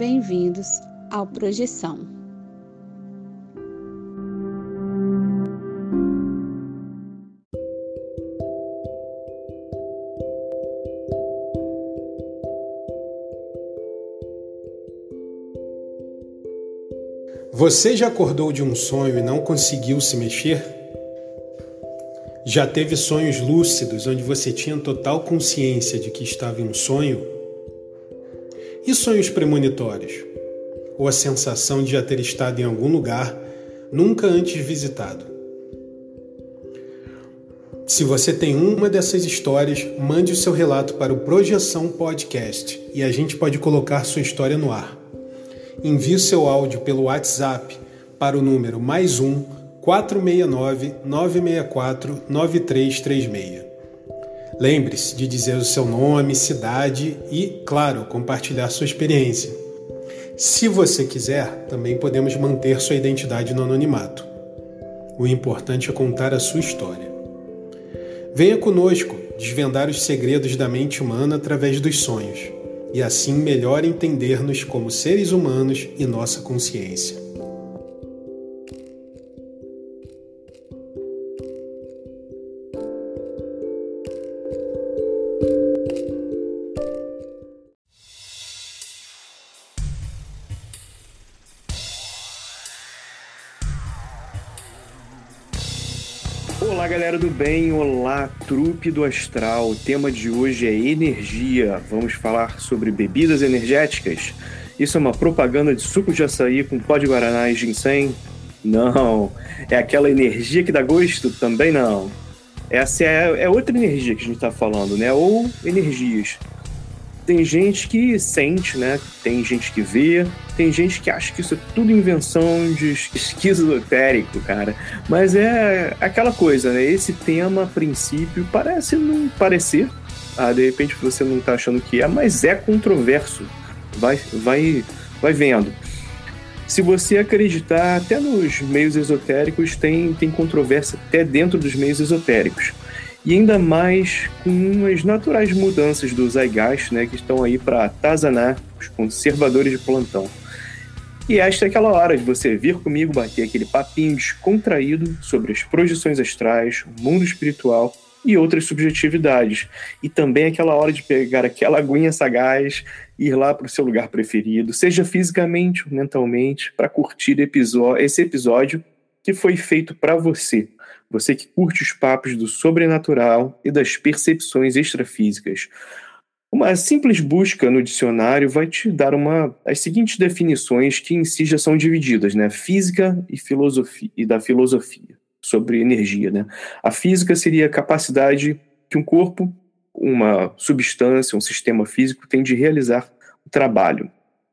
bem-vindos ao Projeção. Você já acordou de um sonho e não conseguiu se mexer? Já teve sonhos lúcidos onde você tinha total consciência de que estava em um sonho? E sonhos premonitórios? Ou a sensação de já ter estado em algum lugar nunca antes visitado? Se você tem uma dessas histórias, mande o seu relato para o Projeção Podcast e a gente pode colocar sua história no ar. Envie o seu áudio pelo WhatsApp para o número +1 469 964 9336. Lembre-se de dizer o seu nome, cidade e, claro, compartilhar sua experiência. Se você quiser, também podemos manter sua identidade no anonimato. O importante é contar a sua história. Venha conosco desvendar os segredos da mente humana através dos sonhos e assim melhor entender-nos como seres humanos e nossa consciência. Olá, galera do bem, olá, trupe do astral. O tema de hoje é energia. Vamos falar sobre bebidas energéticas. Isso é uma propaganda de suco de açaí com pó de guaraná e ginseng? Não. É aquela energia que dá gosto? Também não. Essa é outra energia que a gente está falando, né? Ou energias. Tem gente que sente, né? Tem gente que vê, tem gente que acha que isso é tudo invenção de esquizotérico, cara. Mas é aquela coisa, né? Esse tema, a princípio, parece não parecer. De repente você não tá achando que é, mas é controverso. Vai vendo. Se você acreditar, até nos meios esotéricos tem controvérsia até dentro dos meios esotéricos. E ainda mais com as naturais mudanças do Zeitgeist, né, que estão aí para atazanar os conservadores de plantão. E esta é aquela hora de você vir comigo bater aquele papinho descontraído sobre as projeções astrais, o mundo espiritual e outras subjetividades. E também aquela hora de pegar aquela aguinha sagaz e ir lá para o seu lugar preferido, seja fisicamente ou mentalmente, para curtir esse episódio que foi feito para você. Você que curte os papos do sobrenatural e das percepções extrafísicas. Uma simples busca no dicionário vai te dar as seguintes definições que em si já são divididas, né? Física e filosofia, e da filosofia, sobre energia, né? A física seria a capacidade que um corpo, uma substância, um sistema físico tem de realizar o trabalho.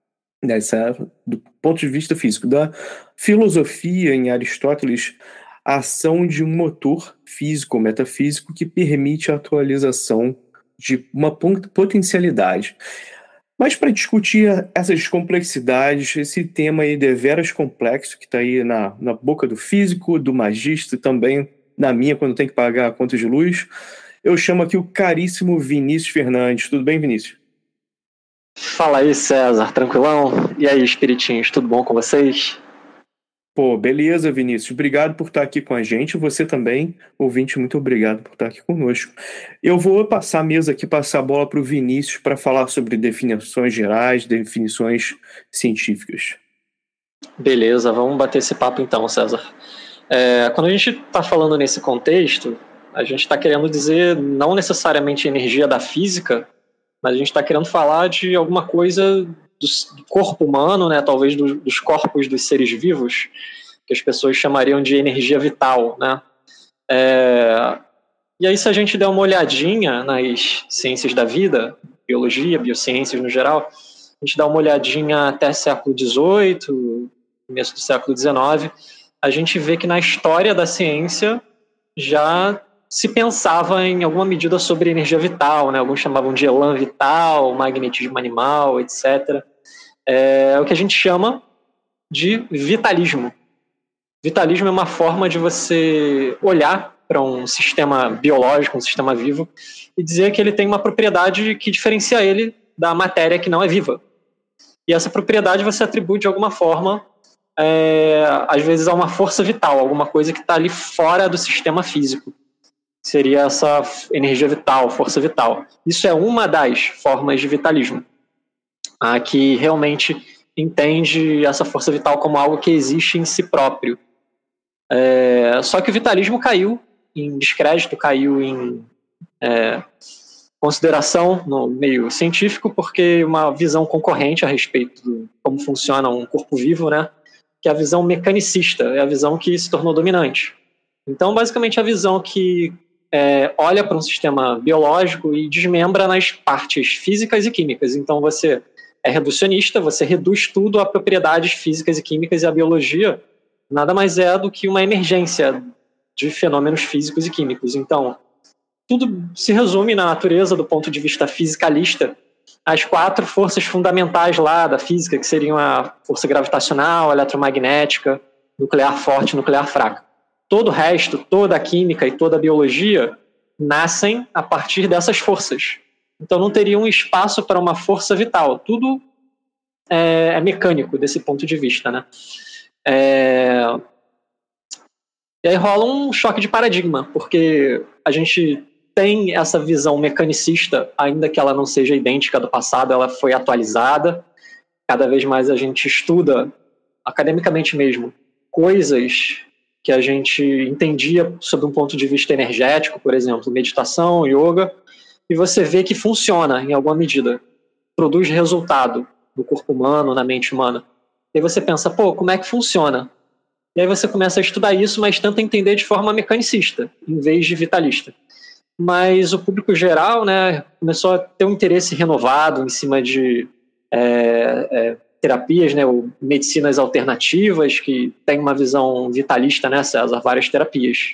Do ponto de vista físico. Da filosofia, em Aristóteles, a ação de um motor físico ou metafísico que permite a atualização de uma potencialidade. Mas para discutir essas complexidades, esse tema aí deveras complexo, que está aí na boca do físico, do magista e também na minha, quando tem que pagar a conta de luz, eu chamo aqui o caríssimo Vinícius Fernandes. Tudo bem, Vinícius? Fala aí, César. Tranquilão? E aí, espiritinhos, tudo bom com vocês? Pô, beleza, Vinícius. Obrigado por estar aqui com a gente. Você também, ouvinte, muito obrigado por estar aqui conosco. Eu vou passar a mesa aqui, passar a bola para o Vinícius para falar sobre definições gerais, definições científicas. Beleza, vamos bater esse papo então, César. Quando a gente está falando nesse contexto, a gente está querendo dizer não necessariamente energia da física, mas a gente está querendo falar de alguma coisa do corpo humano, né? Talvez dos corpos dos seres vivos, que as pessoas chamariam de energia vital, né? E aí, se a gente der uma olhadinha nas ciências da vida, biologia, biociências no geral, a gente dá uma olhadinha até século XVIII, começo do século XIX, a gente vê que na história da ciência já se pensava em alguma medida sobre energia vital, né? Alguns chamavam de elan vital, magnetismo animal, etc. É o que a gente chama de vitalismo. Vitalismo é uma forma de você olhar para um sistema biológico, um sistema vivo, e dizer que ele tem uma propriedade que diferencia ele da matéria que não é viva. E essa propriedade você atribui de alguma forma, às vezes, a uma força vital, alguma coisa que está ali fora do sistema físico. Seria essa energia vital, força vital. Isso é uma das formas de vitalismo, que realmente entende essa força vital como algo que existe em si próprio. Só que o vitalismo caiu em descrédito, caiu em consideração no meio científico, porque uma visão concorrente a respeito de como funciona um corpo vivo, né, que é a visão mecanicista, é a visão que se tornou dominante. Então, basicamente, a visão que olha para um sistema biológico e desmembra nas partes físicas e químicas. Então, você é reducionista, você reduz tudo a propriedades físicas e químicas, e a biologia nada mais é do que uma emergência de fenômenos físicos e químicos. Então, tudo se resume na natureza do ponto de vista fisicalista, as 4 forças fundamentais lá da física, que seriam a força gravitacional, eletromagnética, nuclear forte e nuclear fraca. Todo o resto, toda a química e toda a biologia nascem a partir dessas forças. Então não teria um espaço para uma força vital. Tudo é mecânico desse ponto de vista, né? E aí rola um choque de paradigma, porque a gente tem essa visão mecanicista, ainda que ela não seja idêntica do passado, ela foi atualizada. Cada vez mais a gente estuda, academicamente mesmo, coisas que a gente entendia sob um ponto de vista energético, por exemplo, meditação, yoga, e você vê que funciona em alguma medida, produz resultado no corpo humano, na mente humana. E aí você pensa, como é que funciona? E aí você começa a estudar isso, mas tenta entender de forma mecanicista, em vez de vitalista. Mas o público geral, né, começou a ter um interesse renovado em cima de terapias, né, ou medicinas alternativas, que tem uma visão vitalista, né, César? Várias terapias.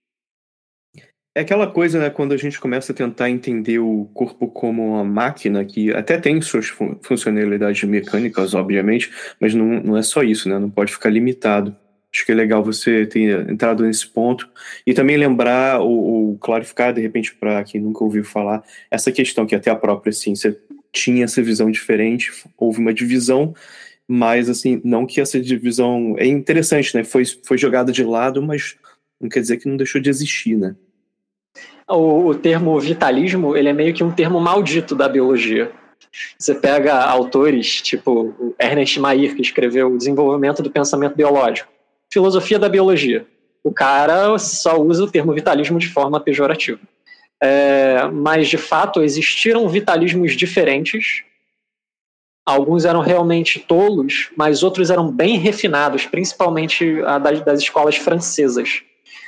É aquela coisa, né, quando a gente começa a tentar entender o corpo como uma máquina, que até tem suas funcionalidades mecânicas, obviamente, mas não é só isso, né, não pode ficar limitado. Acho que é legal você ter entrado nesse ponto e também lembrar ou clarificar, de repente, para quem nunca ouviu falar, essa questão que até a própria ciência tinha essa visão diferente, houve uma divisão, mas assim, não que essa divisão é interessante, né? Foi jogada de lado, mas não quer dizer que não deixou de existir, né? O termo vitalismo, ele é meio que um termo maldito da biologia. Você pega autores tipo o Ernest Mayr, que escreveu O Desenvolvimento do Pensamento Biológico, Filosofia da Biologia. O cara só usa o termo vitalismo de forma pejorativa. Mas, de fato, existiram vitalismos diferentes. Alguns eram realmente tolos, mas outros eram bem refinados, principalmente das escolas francesas.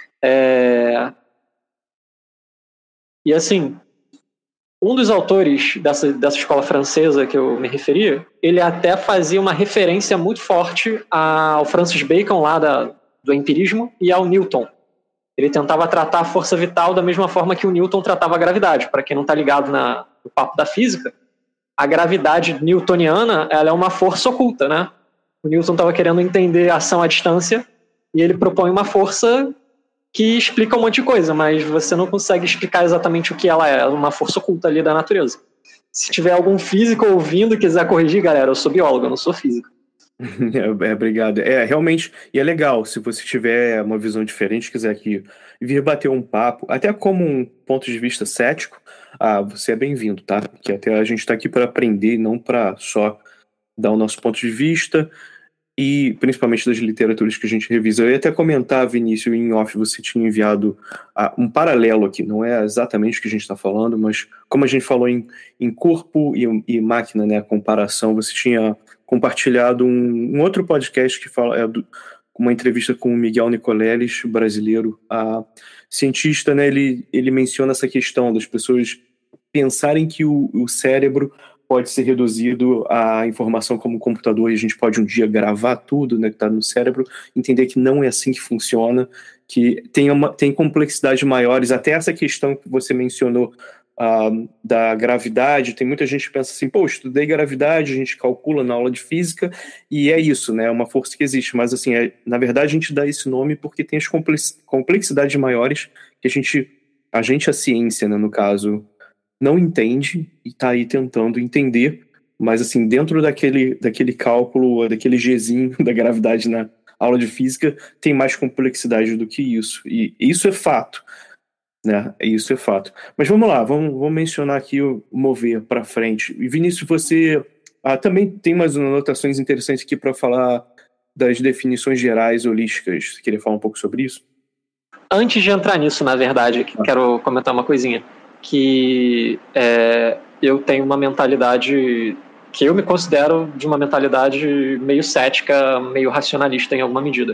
E, assim, um dos autores dessa escola francesa que eu me referi, ele até fazia uma referência muito forte ao Francis Bacon, lá do empirismo, e ao Newton. Ele tentava tratar a força vital da mesma forma que o Newton tratava a gravidade. Para quem não está ligado no papo da física, a gravidade newtoniana, ela é uma força oculta, né? O Newton estava querendo entender a ação à distância e ele propõe uma força que explica um monte de coisa, mas você não consegue explicar exatamente o que ela é uma força oculta ali da natureza. Se tiver algum físico ouvindo e quiser corrigir, galera, eu sou biólogo, eu não sou físico. Obrigado. Realmente, e é legal, se você tiver uma visão diferente, quiser aqui vir bater um papo, até como um ponto de vista cético, você é bem-vindo, tá? Porque até a gente está aqui para aprender, não para só dar o nosso ponto de vista, e principalmente das literaturas que a gente revisa. Eu ia até comentar, Vinícius, em off, você tinha enviado um paralelo aqui, não é exatamente o que a gente está falando, mas como a gente falou em corpo e máquina, né, a comparação, você tinha compartilhado um outro podcast que fala uma entrevista com o Miguel Nicoleles, brasileiro, cientista, né, ele menciona essa questão das pessoas pensarem que o cérebro pode ser reduzido à informação como um computador e a gente pode um dia gravar tudo, né, que está no cérebro, entender que não é assim que funciona, que tem complexidades maiores, até essa questão que você mencionou da gravidade, tem muita gente que pensa assim, estudei gravidade, a gente calcula na aula de física e é isso, né, é uma força que existe, mas assim, na verdade a gente dá esse nome porque tem as complexidades maiores que a ciência, né, no caso, não entende e está aí tentando entender mas assim, dentro daquele cálculo, daquele Gzinho da gravidade na aula de física, tem mais complexidade do que isso. E isso é fato, né? Isso é fato. Mas vamos lá, vamos mencionar aqui o mover para frente. E Vinícius, você também tem umas anotações interessantes aqui para falar das definições gerais holísticas. Você queria falar um pouco sobre isso? Antes de entrar nisso, na verdade, quero comentar uma coisinha. Que eu tenho uma mentalidade que eu me considero de uma mentalidade meio cética, meio racionalista em alguma medida.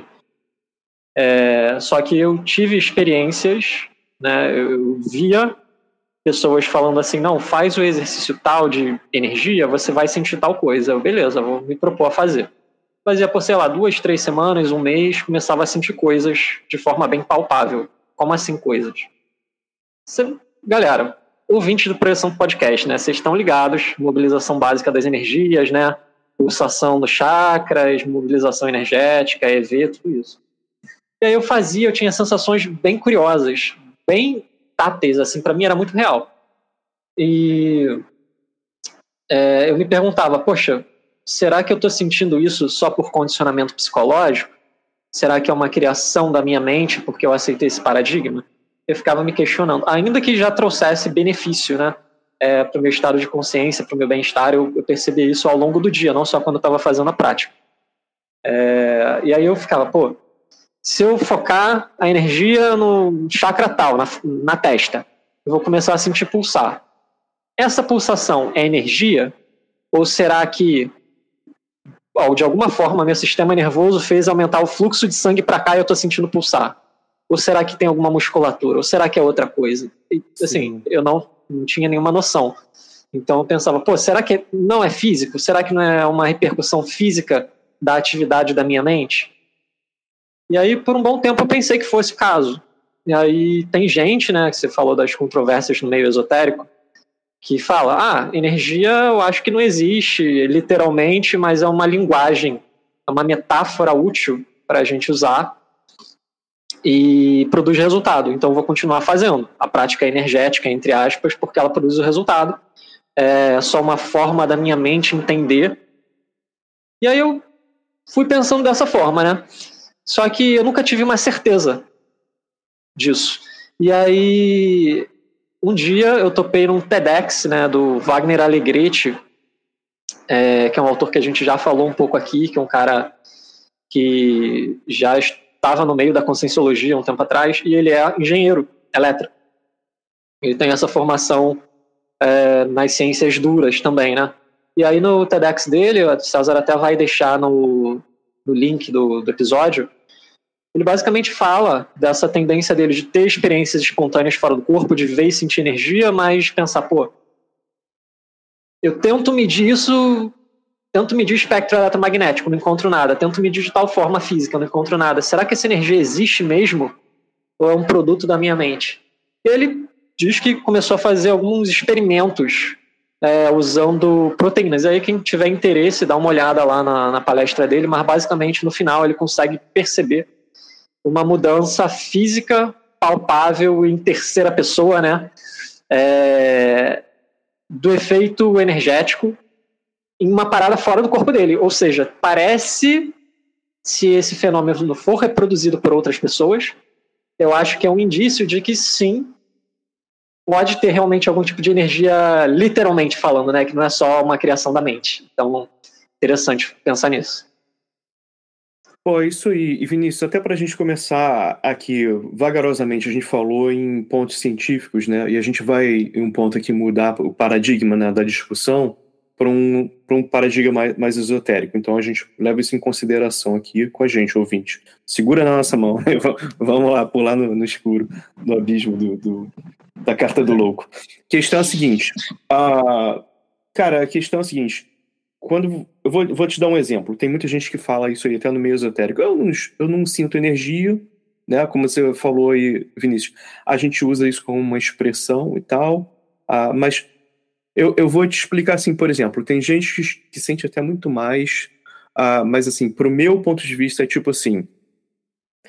Só que eu tive experiências, né, eu via pessoas falando assim, não, faz o exercício tal de energia, você vai sentir tal coisa. Beleza, vou me propor a fazer. Fazia por, sei lá, 2, 3 semanas, um mês, começava a sentir coisas de forma bem palpável. Como assim coisas? Galera, ouvinte do Projeção Podcast, né? Vocês estão ligados, mobilização básica das energias, né? Pulsação dos chakras, mobilização energética, EV, tudo isso. E aí eu tinha sensações bem curiosas, bem táteis, assim, para mim era muito real. E eu me perguntava, poxa, será que eu estou sentindo isso só por condicionamento psicológico? Será que é uma criação da minha mente porque eu aceitei esse paradigma? Eu ficava me questionando, ainda que já trouxesse benefício, né, para o meu estado de consciência, para o meu bem-estar, eu percebi isso ao longo do dia, não só quando eu estava fazendo a prática. E aí eu ficava, pô, se eu focar a energia no chakra tal, na testa, eu vou começar a sentir pulsar. Essa pulsação é energia? Ou será que, de alguma forma, meu sistema nervoso fez aumentar o fluxo de sangue para cá e eu estou sentindo pulsar? Ou será que tem alguma musculatura? Ou será que é outra coisa? E, assim, eu não tinha nenhuma noção. Então eu pensava, pô, será que não é físico? Será que não é uma repercussão física da atividade da minha mente? E aí, por um bom tempo, eu pensei que fosse o caso. E aí tem gente, né, que você falou das controvérsias no meio esotérico, que fala, energia eu acho que não existe literalmente, mas é uma linguagem, é uma metáfora útil para a gente usar e produz resultado. Então eu vou continuar fazendo. A prática energética, entre aspas, porque ela produz o resultado. É só uma forma da minha mente entender. E aí eu fui pensando dessa forma, né? Só que eu nunca tive uma certeza disso. E aí, um dia eu topei num TEDx, né, do Wagner Alegretti, que é um autor que a gente já falou um pouco aqui, que é um cara que já estava no meio da conscienciologia um tempo atrás, e ele é engenheiro elétrico. Ele tem essa formação nas ciências duras também, né? E aí no TEDx dele, o César até vai deixar no link do episódio, ele basicamente fala dessa tendência dele de ter experiências espontâneas fora do corpo, de ver e sentir energia, mas pensar, pô, eu tento medir isso, tento medir o espectro eletromagnético, não encontro nada, tento medir de tal forma física, não encontro nada. Será que essa energia existe mesmo? Ou é um produto da minha mente? Ele diz que começou a fazer alguns experimentos usando proteínas. E aí quem tiver interesse, dá uma olhada lá na palestra dele, mas basicamente no final ele consegue perceber uma mudança física palpável em terceira pessoa, né? Do efeito energético em uma parada fora do corpo dele. Ou seja, parece, se esse fenômeno for reproduzido por outras pessoas, eu acho que é um indício de que sim, pode ter realmente algum tipo de energia, literalmente falando, né? Que não é só uma criação da mente. Então, interessante pensar nisso. Pô, isso aí. E Vinícius, até para a gente começar aqui vagarosamente, a gente falou em pontos científicos, né? E a gente vai, em um ponto aqui, mudar o paradigma, né, da discussão para um paradigma mais esotérico. Então a gente leva isso em consideração aqui com a gente, ouvinte. Segura na nossa mão. Vamos lá, pular no escuro, no abismo da carta do louco. A questão é a seguinte. Cara, a questão é a seguinte. Eu vou te dar um exemplo. Tem muita gente que fala isso aí, até no meio esotérico. Eu não sinto energia, né? Como você falou aí, Vinícius. A gente usa isso como uma expressão e tal. Mas eu vou te explicar assim, por exemplo. Tem gente que sente até muito mais. Mas assim, pro meu ponto de vista, é tipo assim.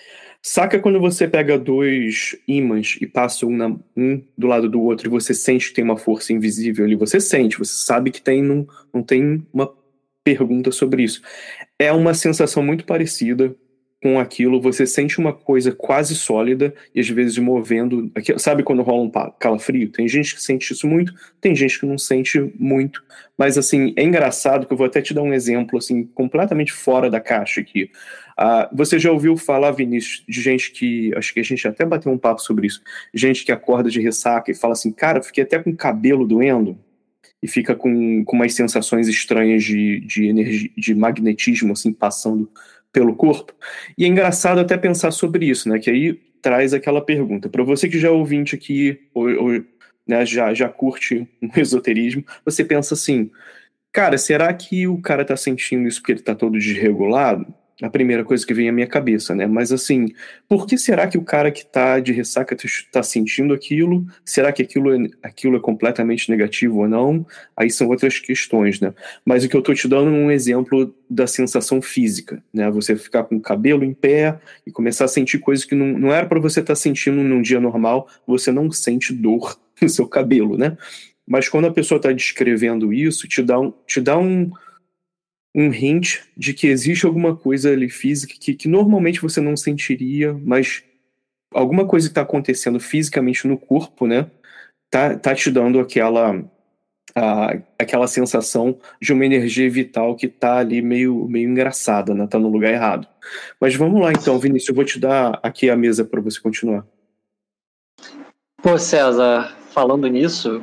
Saca quando você pega dois ímãs e passa um do lado do outro e você sente que tem uma força invisível ali? Você sente, você sabe que não tem uma pergunta sobre isso. É uma sensação muito parecida com aquilo, você sente uma coisa quase sólida e às vezes movendo. Sabe quando rola um calafrio? Tem gente que sente isso muito, tem gente que não sente muito. Mas assim, é engraçado que eu vou até te dar um exemplo assim, completamente fora da caixa aqui. Você já ouviu falar, Vinícius, de gente que, acho que a gente até bateu um papo sobre isso, gente que acorda de ressaca e fala assim, cara, fiquei até com o cabelo doendo, e fica com umas sensações estranhas de energia, de magnetismo, assim, passando pelo corpo. E é engraçado até pensar sobre isso, né? Que aí traz aquela pergunta. Para você que já é ouvinte aqui, ou né, já curte um esoterismo, você pensa assim, cara, será que o cara tá sentindo isso porque ele tá todo desregulado? A primeira coisa que vem à minha cabeça, né? Mas assim, por que será que o cara que tá de ressaca tá sentindo aquilo? Será que aquilo é completamente negativo ou não? Aí são outras questões, né? Mas o que eu tô te dando é um exemplo da sensação física, né? Você ficar com o cabelo em pé e começar a sentir coisas que não era para você estar sentindo num dia normal, você não sente dor no seu cabelo, né? Mas quando a pessoa está descrevendo isso, te dá um hint de que existe alguma coisa ali física que normalmente você não sentiria, mas alguma coisa que está acontecendo fisicamente no corpo, né? Tá te dando aquela sensação de uma energia vital que tá ali meio engraçada, né? Tá no lugar errado. Mas vamos lá então, Vinícius, eu vou te dar aqui a mesa para você continuar. Pô, César, falando nisso,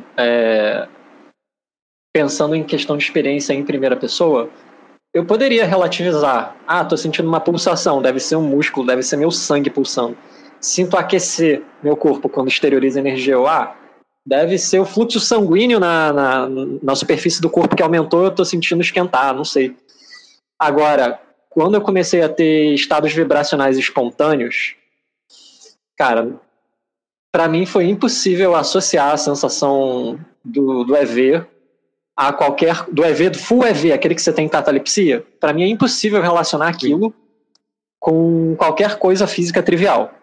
pensando em questão de experiência em primeira pessoa, eu poderia relativizar. Tô sentindo uma pulsação, deve ser um músculo, deve ser meu sangue pulsando. Sinto aquecer meu corpo quando exterioriza energia. Deve ser o fluxo sanguíneo na superfície do corpo que aumentou, eu estou sentindo esquentar, não sei. Agora, quando eu comecei a ter estados vibracionais espontâneos, cara, para mim foi impossível associar a sensação do EV a qualquer... do EV, do full EV, aquele que você tem catalepsia. Para mim é impossível relacionar aquilo com qualquer coisa física trivial.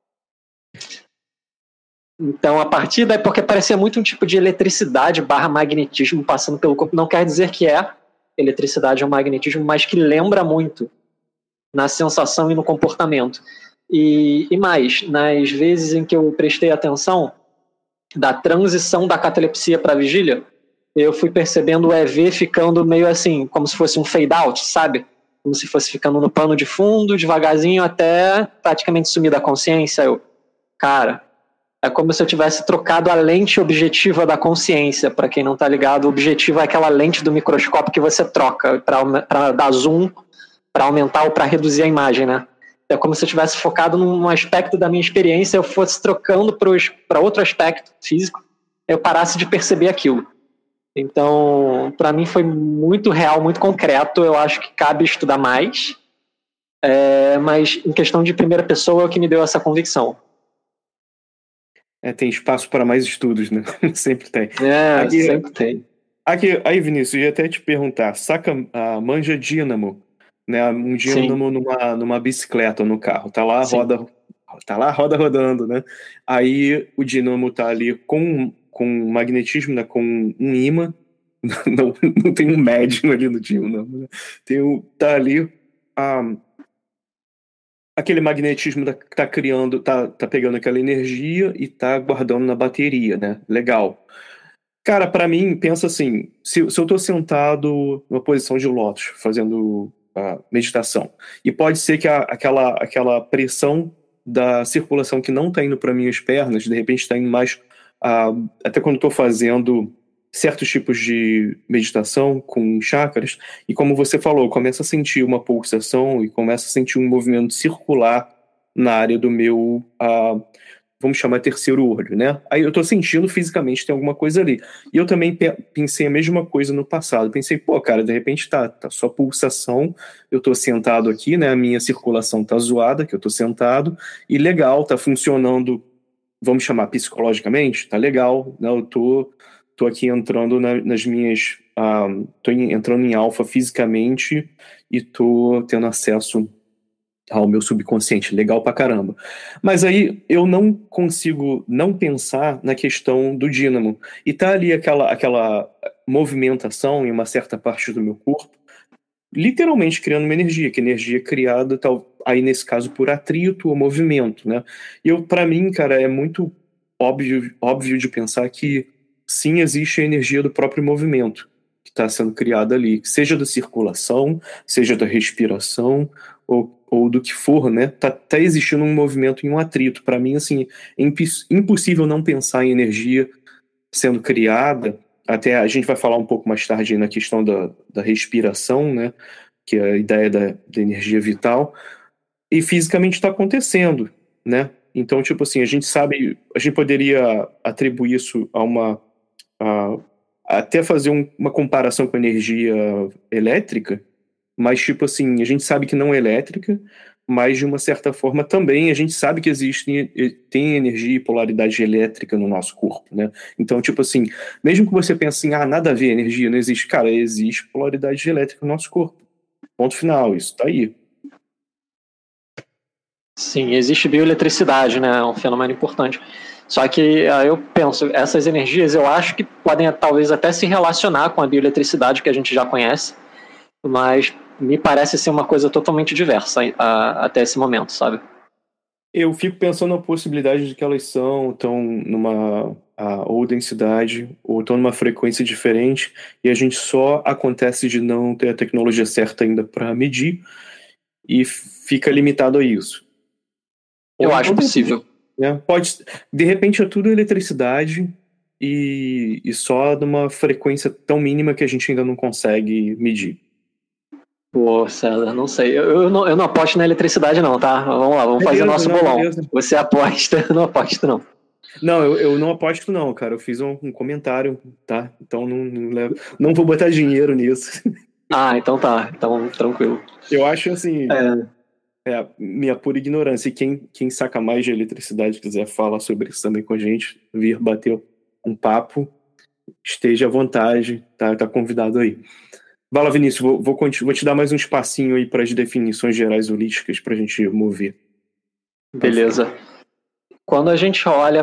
Então, a partir daí, porque parecia muito um tipo de eletricidade / magnetismo passando pelo corpo. Não quer dizer que é eletricidade ou magnetismo, mas que lembra muito na sensação e no comportamento. E mais, nas vezes em que eu prestei atenção da transição da catalepsia para a vigília, eu fui percebendo o EV ficando meio assim, como se fosse um fade out, sabe? Como se fosse ficando no pano de fundo, devagarzinho, até praticamente sumir da consciência. Cara, é como se eu tivesse trocado a lente objetiva da consciência. Para quem não está ligado, o objetivo é aquela lente do microscópio que você troca para dar zoom, para aumentar ou para reduzir a imagem, né? É como se eu tivesse focado num aspecto da minha experiência, eu fosse trocando para outro aspecto físico, eu parasse de perceber aquilo. Então, para mim foi muito real, muito concreto. Eu acho que cabe estudar mais, mas em questão de primeira pessoa é o que me deu essa convicção. Tem espaço para mais estudos, né? Sempre tem. Sempre tem. Aí, Vinícius, eu ia até te perguntar, saca a manja dínamo, né? Um dínamo numa bicicleta no carro, tá lá, roda rodando, né? Aí o dínamo tá ali com magnetismo, né? Com um ímã, não tem um médium ali no dínamo, né? Tá ali aquele magnetismo tá criando, tá pegando aquela energia e tá guardando na bateria, né? Legal. Cara, pra mim, pensa assim, se eu tô sentado numa posição de lótus, fazendo meditação, e pode ser que aquela pressão da circulação que não tá indo para minhas pernas, de repente tá indo mais, até quando eu tô fazendo certos tipos de meditação com chakras, e como você falou, começa a sentir uma pulsação e começa a sentir um movimento circular na área do meu, vamos chamar terceiro olho, né? Aí eu tô sentindo fisicamente tem alguma coisa ali. E eu também pensei a mesma coisa no passado. Pensei, cara, de repente tá só pulsação, eu tô sentado aqui, né? A minha circulação tá zoada, que eu tô sentado, e legal, tá funcionando, vamos chamar psicologicamente, tá legal, né? Eu tô aqui entrando nas minhas... tô entrando em alfa fisicamente e tô tendo acesso ao meu subconsciente, legal pra caramba. Mas aí eu não consigo não pensar na questão do dínamo. E tá ali aquela movimentação em uma certa parte do meu corpo, literalmente criando uma energia, que energia é criada, aí nesse caso, por atrito ou movimento, né? E para mim, cara, é muito óbvio de pensar que sim, existe a energia do próprio movimento que está sendo criada ali, seja da circulação, seja da respiração, ou do que for, né? Tá existindo um movimento e um atrito. Para mim, assim, é impossível não pensar em energia sendo criada. Até a gente vai falar um pouco mais tarde na questão da respiração, né? Que é a ideia da energia vital. E fisicamente está acontecendo, né? Então, tipo assim, a gente poderia atribuir isso até fazer uma comparação com a energia elétrica, mas, tipo assim, a gente sabe que não é elétrica, mas, de uma certa forma, também a gente sabe que tem energia e polaridade elétrica no nosso corpo, né? Então, tipo assim, mesmo que você pense assim, nada a ver, energia não existe. Cara, existe polaridade elétrica no nosso corpo. Ponto final, isso tá aí. Sim, existe bioeletricidade, né? É um fenômeno importante. Só que eu penso, essas energias eu acho que podem talvez até se relacionar com a bioeletricidade que a gente já conhece, mas me parece ser uma coisa totalmente diversa até esse momento, sabe? Eu fico pensando na possibilidade de que elas estão numa ou densidade, ou estão numa frequência diferente, e a gente só acontece de não ter a tecnologia certa ainda para medir, e fica limitado a isso. Eu acho possível. Né? De repente é tudo eletricidade e só numa frequência tão mínima que a gente ainda não consegue medir. Pô, César, não sei. Eu não aposto na eletricidade não, tá? Vamos lá, vamos fazer nosso bolão. Beleza. Você aposta, eu não aposto não. Não, eu não aposto não, cara. Eu fiz um comentário, tá? Então não vou botar dinheiro nisso. Então tá. Então tranquilo. Eu acho assim... É minha pura ignorância. E quem saca mais de eletricidade, quiser falar sobre isso também com a gente, vir bater um papo, esteja à vontade, tá convidado aí. Vai lá, Vinícius, vou te dar mais um espacinho aí para as definições gerais holísticas para a gente mover. Beleza. Quando a gente olha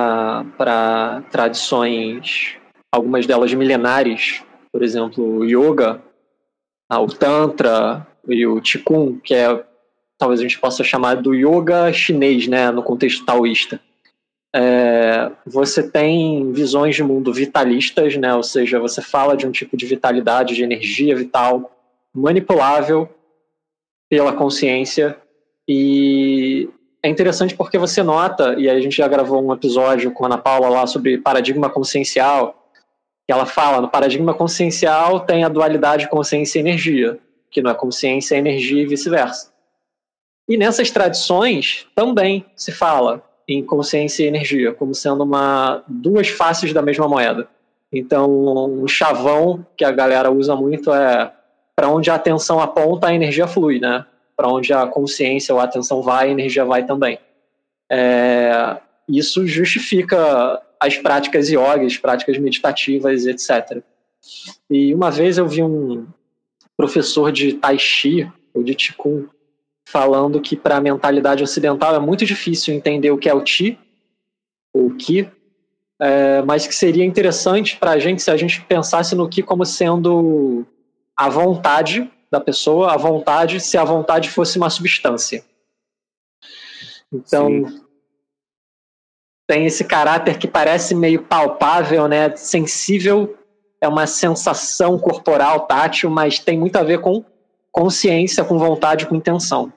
para tradições, algumas delas milenares, por exemplo, o yoga, o tantra e o qigong, que talvez a gente possa chamar do yoga chinês, né, no contexto taoísta. Você tem visões de mundo vitalistas, né, ou seja, você fala de um tipo de vitalidade, de energia vital, manipulável pela consciência, e é interessante porque você nota, e aí a gente já gravou um episódio com a Ana Paula lá sobre paradigma consciencial, que ela fala, no paradigma consciencial tem a dualidade consciência e energia, que não é consciência, é energia e vice-versa. E nessas tradições também se fala em consciência e energia, como sendo duas faces da mesma moeda. Então, um chavão que a galera usa muito é para onde a atenção aponta, a energia flui, né? Para onde a consciência ou a atenção vai, a energia vai também. Isso justifica as práticas yoga, as práticas meditativas, etc. E uma vez eu vi um professor de Tai Chi, ou de Qigong, falando que para a mentalidade ocidental é muito difícil entender o que é o Qi, ou Qi, mas que seria interessante para a gente se a gente pensasse no Qi como sendo a vontade da pessoa, a vontade, se a vontade fosse uma substância. Então, sim, tem esse caráter que parece meio palpável, né, sensível, é uma sensação corporal, tátil, mas tem muito a ver com consciência, com vontade, com intenção.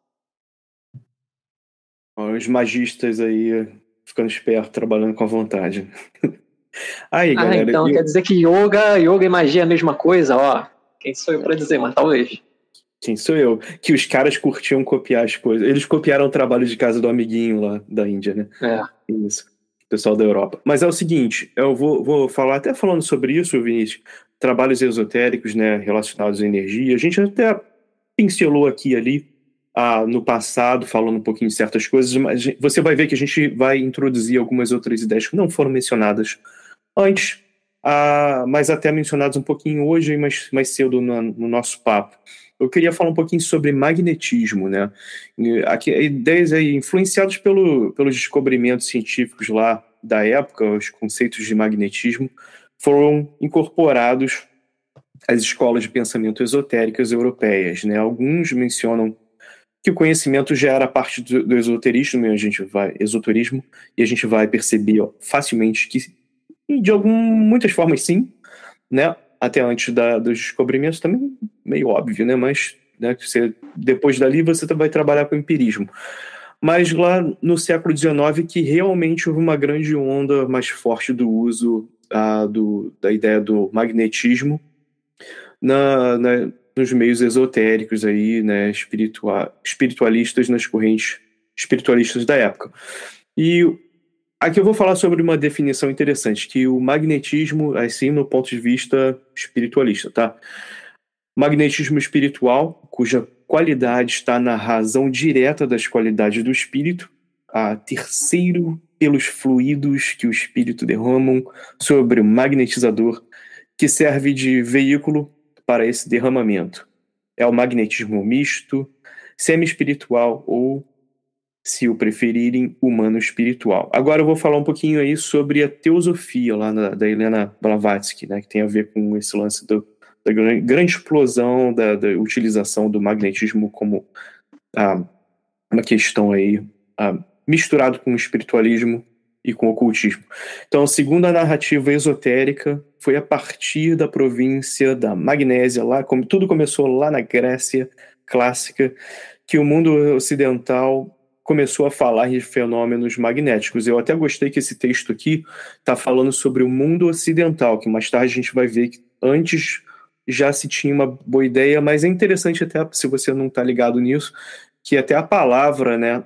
Os magistas aí ficando espertos, trabalhando com a vontade. Aí, galera, então quer dizer que yoga e magia é a mesma coisa? Ó, quem sou eu para dizer, mas talvez. Quem sou eu? Que os caras curtiam copiar as coisas. Eles copiaram o trabalho de casa do amiguinho lá da Índia, né? Isso. Pessoal da Europa. Mas é o seguinte, eu vou falar, até falando sobre isso, Vinícius, trabalhos esotéricos, né, relacionados à energia. A gente até pincelou aqui e ali no passado, falando um pouquinho de certas coisas, mas você vai ver que a gente vai introduzir algumas outras ideias que não foram mencionadas antes, mas até mencionadas um pouquinho hoje e mais cedo no nosso papo. eu queria falar um pouquinho sobre magnetismo, né? Aqui, ideias aí influenciadas pelos descobrimentos científicos lá da época, os conceitos de magnetismo foram incorporados às escolas de pensamento esotéricas europeias, né? Alguns mencionam que o conhecimento já era parte do esoterismo, esoterismo, e a gente vai perceber facilmente que, muitas formas, sim, né? Até antes dos descobrimentos, também meio óbvio, né? Mas né, depois dali você vai trabalhar com empirismo. Mas lá no século XIX que realmente houve uma grande onda mais forte do uso da ideia do magnetismo nos meios esotéricos aí, né, espiritualistas, nas correntes espiritualistas da época. E aqui eu vou falar sobre uma definição interessante, que o magnetismo, assim, no ponto de vista espiritualista, tá? Magnetismo espiritual, cuja qualidade está na razão direta das qualidades do espírito, a terceiro pelos fluidos que o espírito derramam sobre o magnetizador, que serve de veículo para esse derramamento. É o magnetismo misto, semi-espiritual ou, se o preferirem, humano-espiritual. Agora eu vou falar um pouquinho aí sobre a teosofia lá da Helena Blavatsky, né, que tem a ver com esse lance da grande explosão da utilização do magnetismo como uma questão aí misturado com o espiritualismo e com o ocultismo. Então, segundo a narrativa esotérica, foi a partir da província da Magnésia, lá como tudo começou lá na Grécia clássica, que o mundo ocidental começou a falar de fenômenos magnéticos. Eu até gostei que esse texto aqui está falando sobre o mundo ocidental, que mais tarde a gente vai ver que antes já se tinha uma boa ideia, mas é interessante até, se você não está ligado nisso, que até a palavra, né,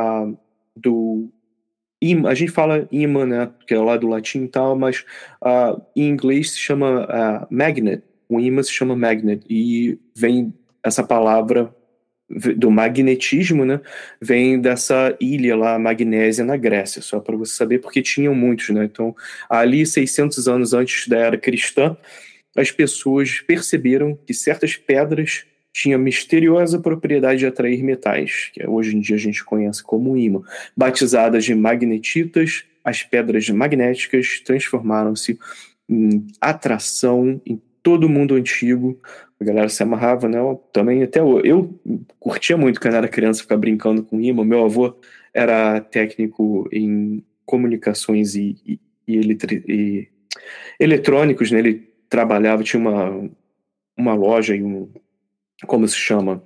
a gente fala imã, né, que é lá do latim e tal, mas em inglês se chama magnet, o imã se chama magnet, e vem essa palavra do magnetismo, né, vem dessa ilha lá, Magnésia, na Grécia, só para você saber, porque tinham muitos, né, então ali 600 anos antes da era cristã, as pessoas perceberam que certas pedras tinham misteriosa propriedade de atrair metais, que hoje em dia a gente conhece como ímã. Batizadas de magnetitas, as pedras magnéticas transformaram-se em atração em todo o mundo antigo. A galera se amarrava, né? Também até eu curtia muito quando era criança ficar brincando com ímã. Meu avô era técnico em comunicações e eletrônicos, né? Ele trabalhava, tinha uma loja e como se chama?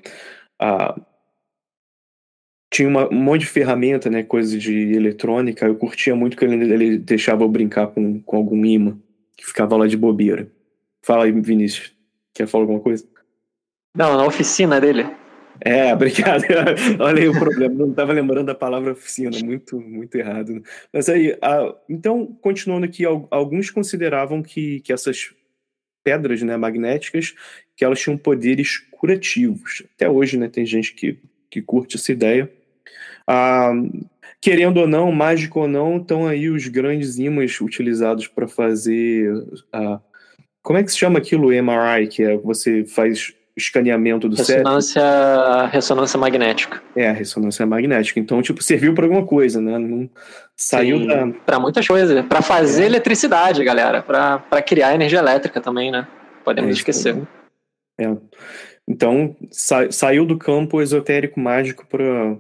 Tinha um monte de ferramenta, né? Coisa de eletrônica. Eu curtia muito que ele deixava eu brincar com algum imã que ficava lá de bobeira. Fala aí, Vinícius. Quer falar alguma coisa? Não, na oficina dele. Obrigado. Olha aí o problema. Não estava lembrando da palavra oficina. Muito, muito errado. Mas aí, então, continuando aqui, alguns consideravam que essas pedras, né, magnéticas, que elas tinham poderes curativos. Até hoje, né, tem gente que curte essa ideia. Querendo ou não, mágico ou não, estão aí os grandes ímãs utilizados para fazer... como é que se chama aquilo, MRI, que é você faz escaneamento do cérebro? Ressonância magnética. Ressonância magnética. Então, tipo, serviu para alguma coisa, né? Não saiu para muitas coisas. Para fazer eletricidade, galera. Para criar energia elétrica também, né? Podemos esquecer. Então, saiu do campo esotérico mágico para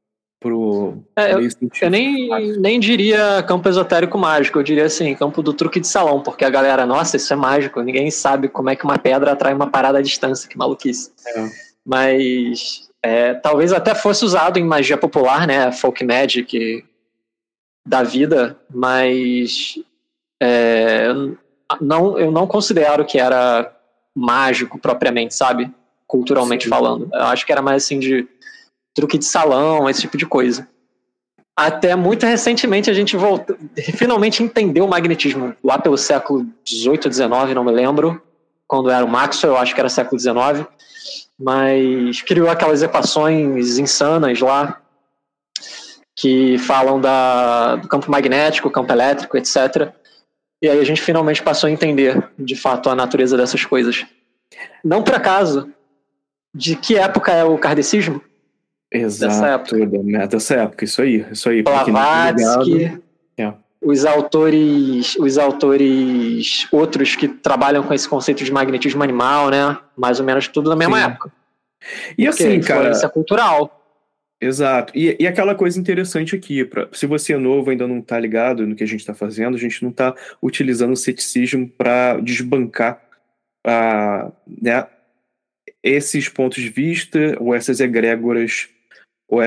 eu nem diria campo esotérico mágico, eu diria assim, campo do truque de salão, porque a galera, nossa, isso é mágico, ninguém sabe como é que uma pedra atrai uma parada à distância, que maluquice. Mas talvez até fosse usado em magia popular, né, folk magic da vida, mas eu não considero que era mágico propriamente, sabe? Culturalmente falando. Eu acho que era mais assim de truque de salão, esse tipo de coisa. Até muito recentemente a gente finalmente entendeu o magnetismo, lá pelo século XVIII, XIX, não me lembro, quando era o Maxwell, eu acho que era século XIX, mas criou aquelas equações insanas lá, que falam do campo magnético, campo elétrico, etc. E aí a gente finalmente passou a entender, de fato, a natureza dessas coisas. Não por acaso, De que época é o kardecismo? Exato, dessa época, isso aí. Blavatsky, É. os autores outros que trabalham com esse conceito de magnetismo animal, né? Mais ou menos tudo na mesma época. E assim, cara... influência cultural. Exato. E aquela coisa interessante aqui, se você é novo ainda não está ligado no que a gente está fazendo, a gente não está utilizando o ceticismo para desbancar né, esses pontos de vista ou essas egrégoras ou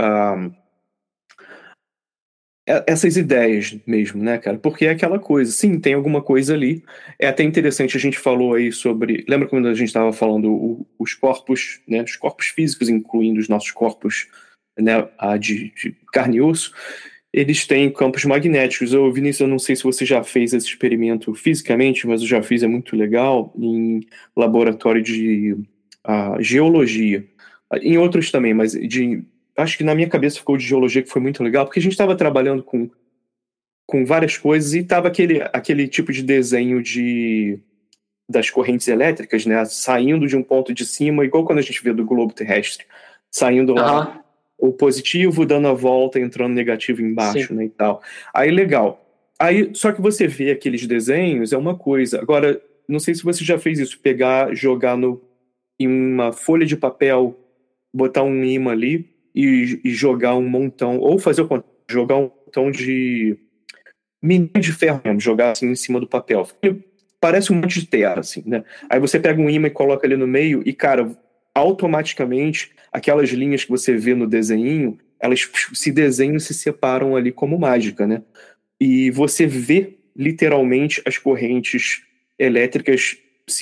essas ideias mesmo, né, cara? Porque é aquela coisa, sim, tem alguma coisa ali. É até interessante, a gente falou aí sobre... Lembra quando a gente estava falando os corpos, né? Os corpos físicos, incluindo os nossos corpos, né, de carne e osso, eles têm campos magnéticos. Vinícius, eu não sei se você já fez esse experimento fisicamente, mas eu já fiz, é muito legal, em laboratório de geologia. Em outros também, mas acho que na minha cabeça ficou de geologia, que foi muito legal, porque a gente estava trabalhando com várias coisas e estava aquele tipo de desenho das correntes elétricas, né, saindo de um ponto de cima, igual quando a gente vê do globo terrestre, saindo lá, o positivo dando a volta, entrando negativo embaixo, né, e tal. Aí, legal. Aí, só que você vê aqueles desenhos, é uma coisa. Agora, não sei se você já fez isso, jogar em uma folha de papel, botar um imã ali e jogar um montão, ou fazer o contrário, jogar um montão de minério de ferro mesmo, jogar assim em cima do papel. Parece um monte de terra, assim, né? Aí você pega um imã e coloca ali no meio e, cara, automaticamente, aquelas linhas que você vê no desenho, elas se desenham e se separam ali como mágica, né? E você vê, literalmente, as correntes elétricas,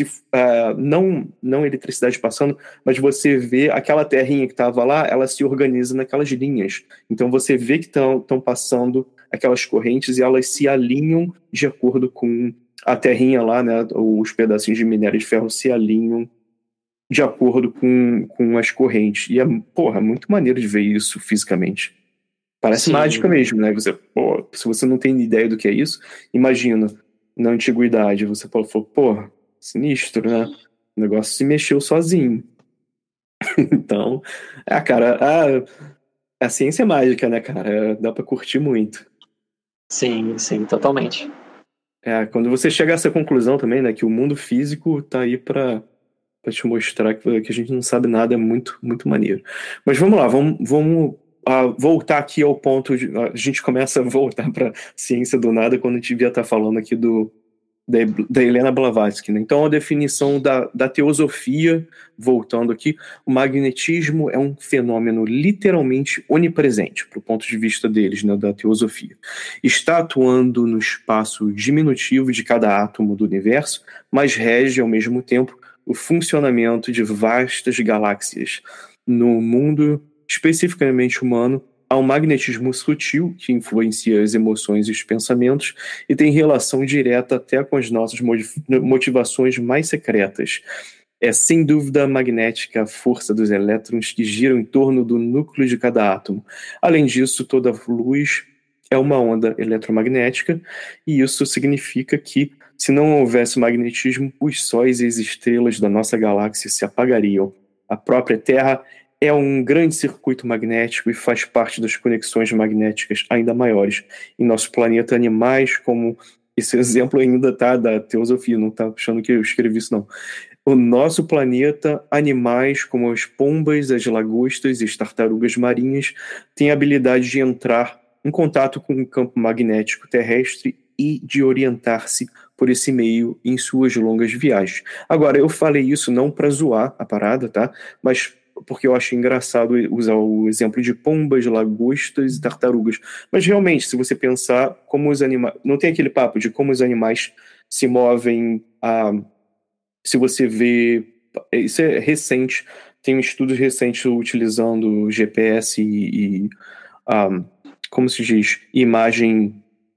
não eletricidade passando, mas você vê aquela terrinha que estava lá, ela se organiza naquelas linhas. Então você vê que estão passando aquelas correntes e elas se alinham de acordo com a terrinha lá, né? Os pedacinhos de minério de ferro se alinham de acordo com as correntes. E é muito maneiro de ver isso fisicamente. Parece mágica mesmo, né? Se você não tem ideia do que é isso, imagina, na antiguidade, você falou, sinistro, né? O negócio se mexeu sozinho. Então, cara, a ciência é mágica, né, cara? Dá pra curtir muito. Sim, totalmente. Quando você chega a essa conclusão também, né, que o mundo físico tá aí pra te mostrar que a gente não sabe nada, é muito, muito maneiro. Mas vamos lá, vamos voltar aqui ao ponto a gente começa a voltar para ciência do nada quando a gente devia estar falando aqui da Helena Blavatsky, né? Então a definição da teosofia, voltando aqui, o magnetismo é um fenômeno literalmente onipresente, para o ponto de vista deles, né, da teosofia. Está atuando no espaço diminutivo de cada átomo do universo, mas rege ao mesmo tempo o funcionamento de vastas galáxias. No mundo especificamente humano, há um magnetismo sutil que influencia as emoções e os pensamentos e tem relação direta até com as nossas motivações mais secretas. É sem dúvida magnética a força dos elétrons que giram em torno do núcleo de cada átomo. Além disso, toda luz é uma onda eletromagnética e isso significa que, se não houvesse magnetismo, os sóis e as estrelas da nossa galáxia se apagariam. A própria Terra é um grande circuito magnético e faz parte das conexões magnéticas ainda maiores. Em nosso planeta, animais como... Esse exemplo ainda tá da teosofia, não tá achando que eu escrevi isso, não. O nosso planeta, animais como as pombas, as lagostas e as tartarugas marinhas têm a habilidade de entrar em contato com o campo magnético terrestre e de orientar-se por esse meio em suas longas viagens. Agora, eu falei isso não para zoar a parada, tá? Mas porque eu achei engraçado usar o exemplo de pombas, lagostas e tartarugas. Mas realmente, se você pensar como os animais... Não tem aquele papo de como os animais se movem... Se você vê... Isso é recente. Tem estudos recentes utilizando GPS e como se diz? Imagem...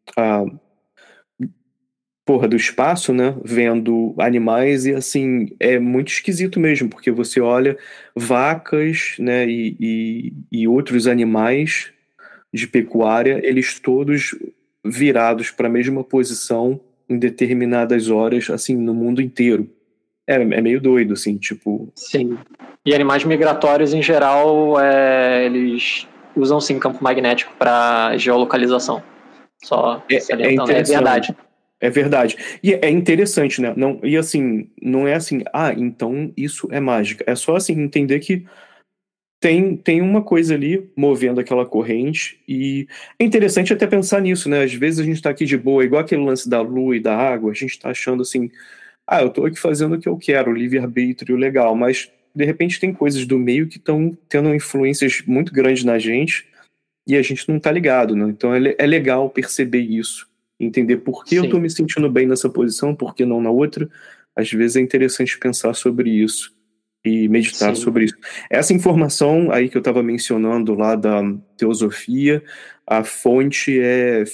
do espaço, né, vendo animais e assim, é muito esquisito mesmo, porque você olha vacas, né, e outros animais de pecuária, eles todos virados para a mesma posição em determinadas horas, assim, no mundo inteiro. É meio doido, assim, tipo... Sim. E animais migratórios, em geral, eles usam sim campo magnético para geolocalização. Só salientando, é verdade. É verdade. E é interessante, né? Não, e assim, não é assim, então isso é mágica. É só assim, entender que tem uma coisa ali movendo aquela corrente, e é interessante até pensar nisso, né? Às vezes a gente tá aqui de boa, igual aquele lance da lua e da água, a gente tá achando assim, eu tô aqui fazendo o que eu quero, livre-arbítrio legal, mas de repente tem coisas do meio que estão tendo influências muito grandes na gente e a gente não tá ligado, né? Então é legal perceber isso, entender por que eu tô me sentindo bem nessa posição, por que não na outra. Às vezes é interessante pensar sobre isso e meditar sobre isso. Essa informação aí que eu estava mencionando lá da teosofia, a fonte é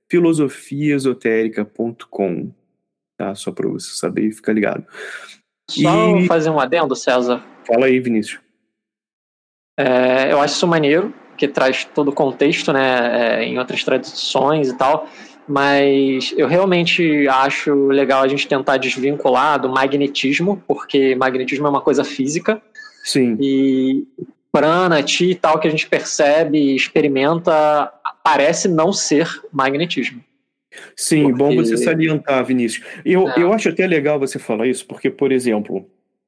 filosofiaesotérica.com, tá? Só para você saber e ficar ligado. Só fazer um adendo, César. Fala aí, Vinícius. Eu acho isso maneiro, que traz todo o contexto, né, em outras tradições e tal, mas eu realmente acho legal a gente tentar desvincular do magnetismo, porque magnetismo é uma coisa física. Sim. E prana, chi e tal, que a gente percebe e experimenta, parece não ser magnetismo. Sim, porque... bom você salientar, Vinícius. Eu acho até legal você falar isso, porque, por exemplo,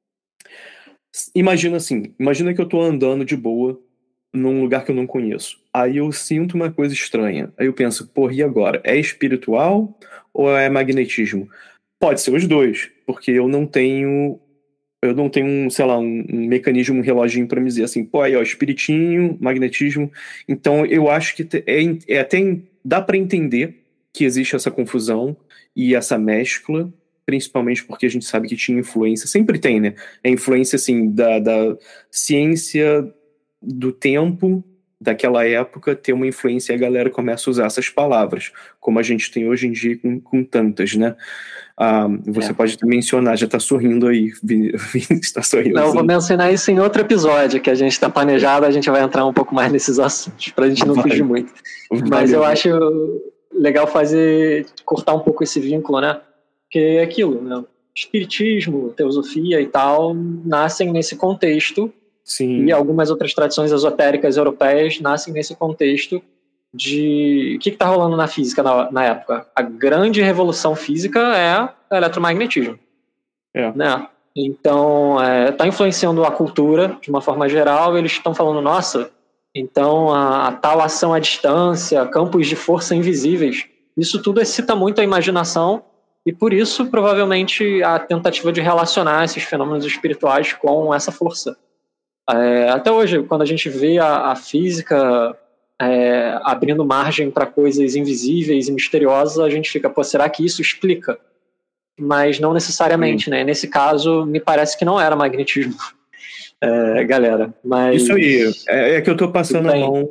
imagina que eu tô andando de boa num lugar que eu não conheço. Aí eu sinto uma coisa estranha. Aí eu penso, e agora? É espiritual ou é magnetismo? Pode ser os dois, porque eu não tenho sei lá, um mecanismo, um reloginho para me dizer assim, espiritinho, magnetismo. Então eu acho que até dá para entender que existe essa confusão e essa mescla, principalmente porque a gente sabe que tinha influência, sempre tem, né? É influência, assim, da ciência do tempo, daquela época, ter uma influência e a galera começa a usar essas palavras, como a gente tem hoje em dia com tantas, né? Você pode mencionar, já está sorrindo aí, está sorrindo. Não, eu vou mencionar isso em outro episódio, que a gente está planejado, a gente vai entrar um pouco mais nesses assuntos, para a gente não fugir muito. Mas eu acho legal cortar um pouco esse vínculo, né? Porque é aquilo, né? Espiritismo, teosofia e tal, nascem nesse contexto. Sim. E algumas outras tradições esotéricas europeias nascem nesse contexto de... O que está rolando na física na época? A grande revolução física é o eletromagnetismo. Né? Então, está influenciando a cultura de uma forma geral. Eles estão falando, nossa, então a tal ação à distância, campos de força invisíveis, isso tudo excita muito a imaginação e por isso, provavelmente, a tentativa de relacionar esses fenômenos espirituais com essa força. Até hoje, quando a gente vê a física abrindo margem para coisas invisíveis e misteriosas, a gente fica, será que isso explica? Mas não necessariamente, né? Nesse caso, me parece que não era magnetismo, galera. Mas isso aí, é que eu tô passando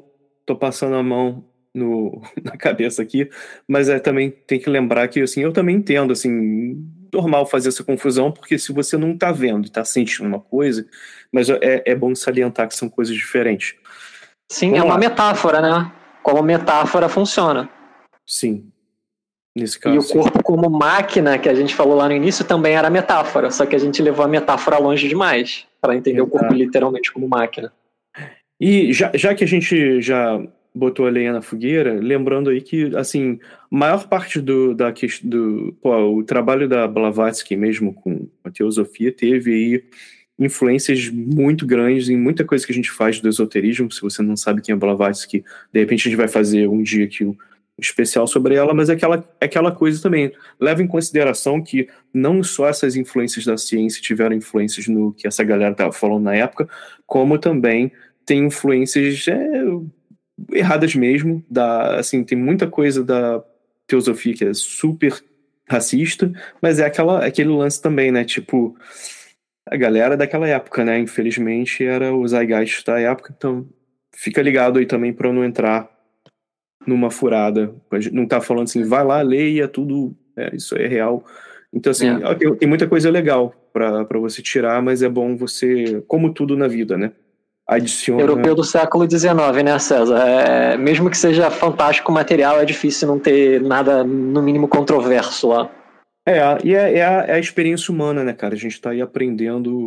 a mão na cabeça aqui, mas também tem que lembrar que, assim, eu também entendo, assim, normal fazer essa confusão, porque se você não tá vendo, tá sentindo uma coisa, mas é bom salientar que são coisas diferentes. Sim, uma metáfora, né? Como metáfora funciona. Sim. Nesse caso, e o corpo como máquina, que a gente falou lá no início, também era metáfora, só que a gente levou a metáfora longe demais para entender o corpo literalmente como máquina. E já que a gente já botou a lenha na fogueira, lembrando aí que, assim, maior parte o trabalho da Blavatsky mesmo com a teosofia teve aí influências muito grandes em muita coisa que a gente faz do esoterismo. Se você não sabe quem é Blavatsky, de repente a gente vai fazer um dia aqui um especial sobre ela, mas é aquela coisa também. Leva em consideração que não só essas influências da ciência tiveram influências no que essa galera estava falando na época, como também tem influências erradas mesmo, assim, tem muita coisa da teosofia que é super racista, mas aquele lance também, né, tipo, a galera daquela época, né, infelizmente era o zeitgeist da época, então fica ligado aí também para não entrar numa furada, a gente não tá falando assim, vai lá, leia tudo, isso é real, então assim, tem muita coisa legal para você tirar, mas é bom você, como tudo na vida, né, adiciona... Europeu do século XIX, né, César? Mesmo que seja fantástico o material, é difícil não ter nada, no mínimo, controverso lá. E é a experiência humana, né, cara? A gente tá aí aprendendo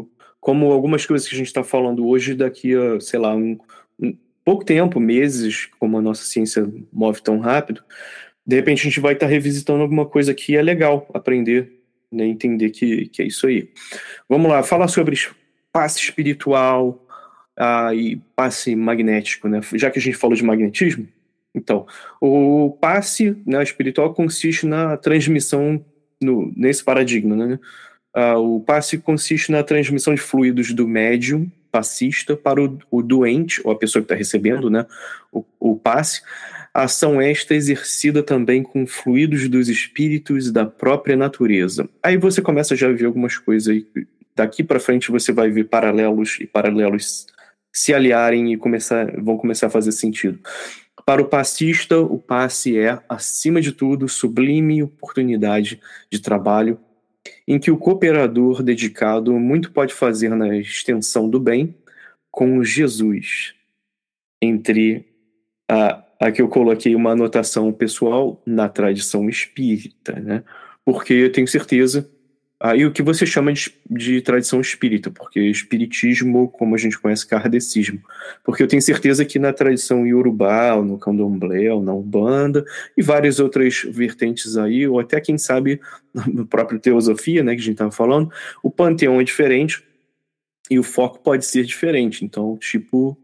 como algumas coisas que a gente está falando hoje, daqui a, sei lá, um pouco tempo, meses, como a nossa ciência move tão rápido, de repente a gente vai estar revisitando alguma coisa que é legal aprender, né, entender que é isso aí. Vamos lá, falar sobre passe espiritual e passe magnético, né? Já que a gente falou de magnetismo, então, o passe, né, espiritual consiste na transmissão, nesse paradigma, né? O passe consiste na transmissão de fluidos do médium passista para o doente, ou a pessoa que está recebendo, né, o passe. A ação esta exercida também com fluidos dos espíritos da própria natureza. Aí você começa já a ver algumas coisas aí. Daqui para frente você vai ver paralelos se aliarem e vão começar a fazer sentido. Para o passista, o passe é, acima de tudo, sublime oportunidade de trabalho em que o cooperador dedicado muito pode fazer na extensão do bem com Jesus. Entre aqui eu coloquei uma anotação pessoal na tradição espírita, né? Porque eu tenho certeza, e o que você chama de tradição espírita, porque espiritismo, como a gente conhece, kardecismo, porque eu tenho certeza que na tradição iorubá, no candomblé, ou na umbanda, e várias outras vertentes aí, ou até, quem sabe, na própria teosofia, né, que a gente estava falando, o panteão é diferente, e o foco pode ser diferente. Então, tipo,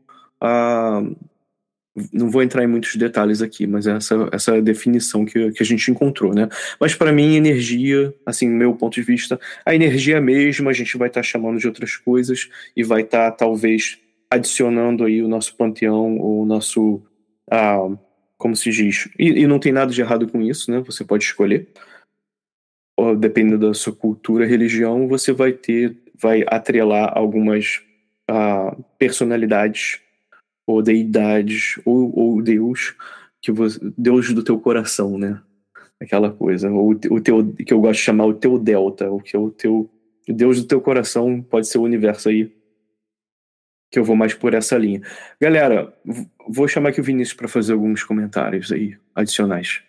não vou entrar em muitos detalhes aqui, mas essa é a definição que a gente encontrou, né? Mas para mim, energia, assim, meu ponto de vista, a energia é a mesma, a gente vai estar chamando de outras coisas e vai estar, talvez, adicionando aí o nosso panteão, ou o nosso, como se diz, e não tem nada de errado com isso, né? Você pode escolher, dependendo da sua cultura, religião, você vai atrelar algumas personalidades ou deidades, ou Deus, Deus do teu coração, né? Aquela coisa. Ou o teu, que eu gosto de chamar o teu delta, o que é o Deus do teu coração, pode ser o universo aí, que eu vou mais por essa linha. Galera, vou chamar aqui o Vinícius para fazer alguns comentários aí, adicionais.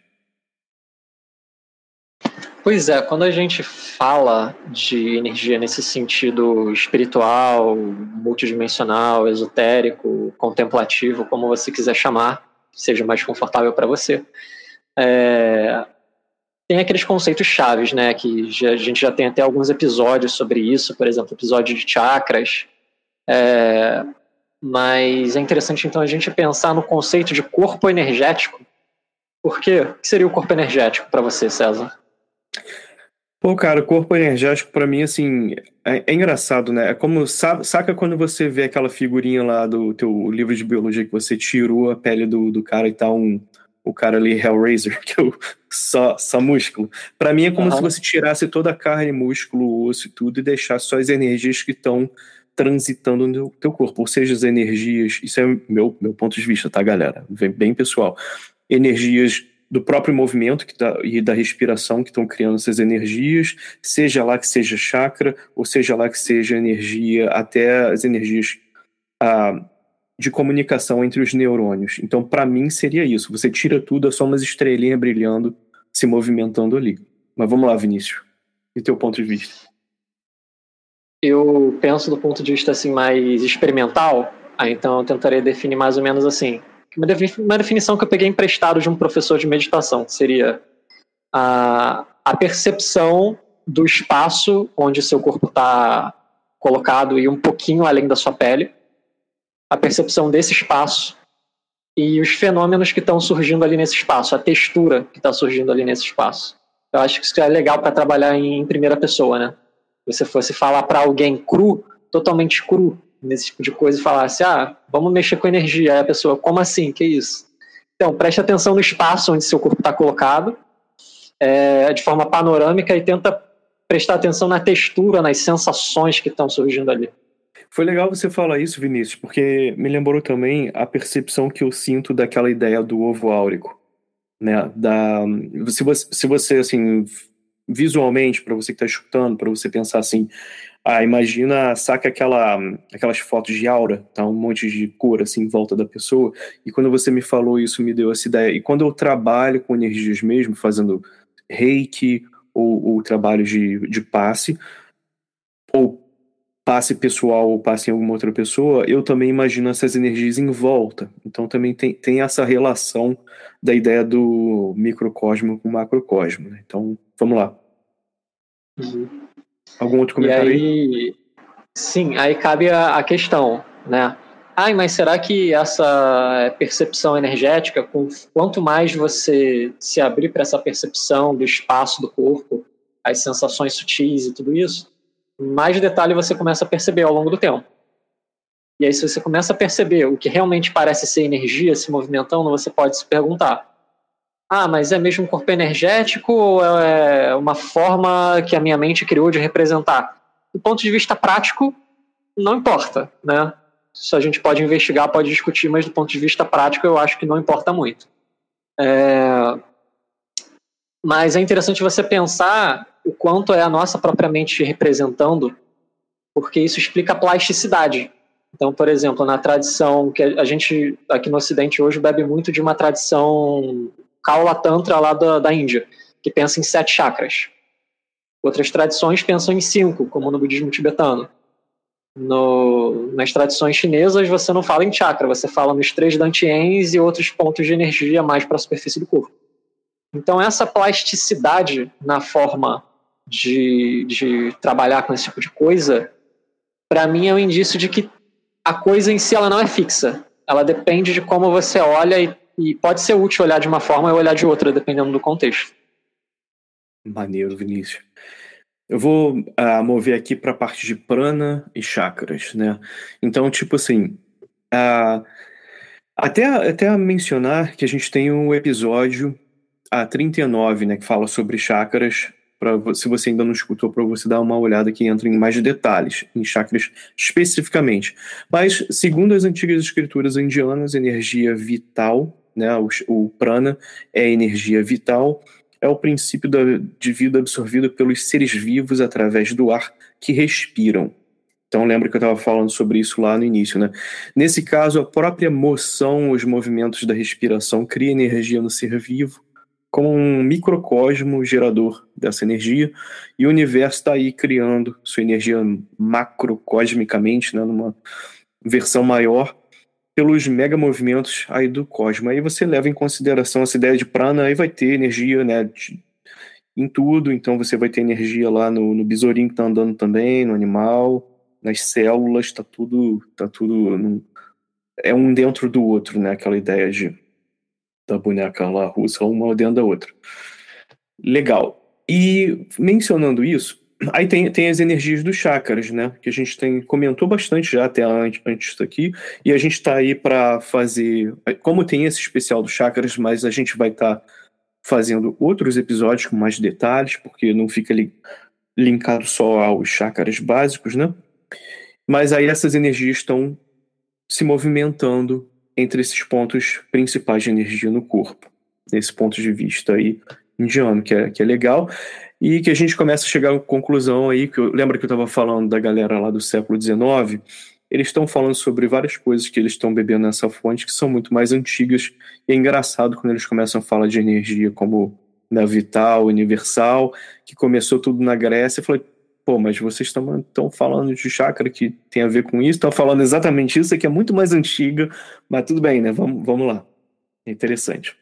Pois é, quando a gente fala de energia nesse sentido espiritual, multidimensional, esotérico, contemplativo, como você quiser chamar, seja mais confortável para você, tem aqueles conceitos chaves, né, que a gente já tem até alguns episódios sobre isso, por exemplo, episódio de chakras, mas é interessante então a gente pensar no conceito de corpo energético. Por quê? O que seria o corpo energético para você, César? Pô, cara, o corpo energético pra mim, assim, é engraçado, né? É como, saca quando você vê aquela figurinha lá do teu livro de biologia que você tirou a pele do cara e tá o cara ali, Hellraiser, que é só músculo. Pra mim é como se você tirasse toda a carne, músculo, osso e tudo e deixasse só as energias que estão transitando no teu corpo. Ou seja, as energias, isso é meu ponto de vista, tá, galera? Bem pessoal. Energias do próprio movimento e da respiração que estão criando essas energias, seja lá que seja chakra, ou seja lá que seja energia, até as energias de comunicação entre os neurônios. Então, para mim, seria isso. Você tira tudo, é só umas estrelinhas brilhando, se movimentando ali. Mas vamos lá, Vinícius. E teu ponto de vista? Eu penso do ponto de vista assim, mais experimental, então eu tentaria definir mais ou menos assim. Uma definição que eu peguei emprestado de um professor de meditação, que seria a percepção do espaço onde seu corpo está colocado e um pouquinho além da sua pele, a percepção desse espaço e os fenômenos que estão surgindo ali nesse espaço, a textura que está surgindo ali nesse espaço. Eu acho que isso é legal para trabalhar em primeira pessoa, né? Se você fosse falar para alguém cru, totalmente cru, nesse tipo de coisa, e falasse, vamos mexer com energia. Aí a pessoa, como assim? Que isso? Então, preste atenção no espaço onde seu corpo está colocado, de forma panorâmica, e tenta prestar atenção na textura, nas sensações que estão surgindo ali. Foi legal você falar isso, Vinícius, porque me lembrou também a percepção que eu sinto daquela ideia do ovo áurico, né? Se você, assim, visualmente, para você que está escutando, para você pensar assim, imagina, saca aquelas fotos de aura, tá? Um monte de cor assim em volta da pessoa, e quando você me falou isso, me deu essa ideia. E quando eu trabalho com energias mesmo, fazendo reiki ou trabalho de passe, ou passe pessoal ou passe em alguma outra pessoa, eu também imagino essas energias em volta. Então também tem essa relação da ideia do microcosmo com o macrocosmo, né? Então, vamos lá. Uhum. Algum outro E comentário aí? aí, sim, aí cabe a questão, né? Mas será que essa percepção energética, quanto mais você se abrir para essa percepção do espaço do corpo, as sensações sutis e tudo isso, mais detalhe você começa a perceber ao longo do tempo. E aí, se você começa a perceber o que realmente parece ser energia se movimentando, você pode se perguntar: mas é mesmo um corpo energético ou é uma forma que a minha mente criou de representar? Do ponto de vista prático, não importa, né? Isso a gente pode investigar, pode discutir, mas do ponto de vista prático eu acho que não importa muito. Mas é interessante você pensar o quanto é a nossa própria mente representando, porque isso explica a plasticidade. Então, por exemplo, na tradição que a gente aqui no Ocidente hoje bebe muito de uma tradição Kaula Tantra lá da Índia, que pensa em 7 chakras. Outras tradições pensam em 5, como no budismo tibetano. Nas tradições chinesas você não fala em chakra, você fala nos 3 dantians e outros pontos de energia mais para a superfície do corpo. Então essa plasticidade na forma de trabalhar com esse tipo de coisa, para mim é um indício de que a coisa em si ela não é fixa. Ela depende de como você olha e pode ser útil olhar de uma forma e olhar de outra, dependendo do contexto. Maneiro, Vinícius. Eu vou mover aqui para a parte de prana e chakras, né? Então, tipo assim, até mencionar que a gente tem um episódio 39, né, que fala sobre chakras. Se você ainda não escutou, para você dar uma olhada que entra em mais detalhes, em chakras especificamente. Mas, segundo as antigas escrituras indianas, energia vital, né, o prana é energia vital, é o princípio de vida absorvido pelos seres vivos através do ar que respiram. Então lembra que eu estava falando sobre isso lá no início, né? Nesse caso, a própria moção, os movimentos da respiração cria energia no ser vivo, como um microcosmo gerador dessa energia, e o universo está aí criando sua energia macrocosmicamente, né, numa versão maior, pelos mega movimentos aí do cosmos. Aí você leva em consideração essa ideia de prana, aí vai ter energia, né, em tudo. Então você vai ter energia lá no besourinho que está andando também, no animal, nas células, tá tudo é um dentro do outro, né, aquela ideia da boneca lá russa, uma dentro da outra. Legal. E mencionando isso, aí tem as energias dos chakras, né? Que a gente comentou bastante já até antes daqui, e a gente está aí para fazer. Como tem esse especial dos chakras, mas a gente vai estar fazendo outros episódios com mais detalhes, porque não fica linkado só aos chakras básicos, né? Mas aí essas energias estão se movimentando entre esses pontos principais de energia no corpo, nesse ponto de vista aí indiano, que é legal, e que a gente começa a chegar à conclusão aí, lembra que eu estava falando da galera lá do século XIX, eles estão falando sobre várias coisas que eles estão bebendo nessa fonte, que são muito mais antigas, e é engraçado quando eles começam a falar de energia como na vital, universal, que começou tudo na Grécia. Eu falei, pô, mas vocês estão falando de chakra que tem a ver com isso, estão falando exatamente isso, que é muito mais antiga, mas tudo bem, né? Vamos lá. É interessante.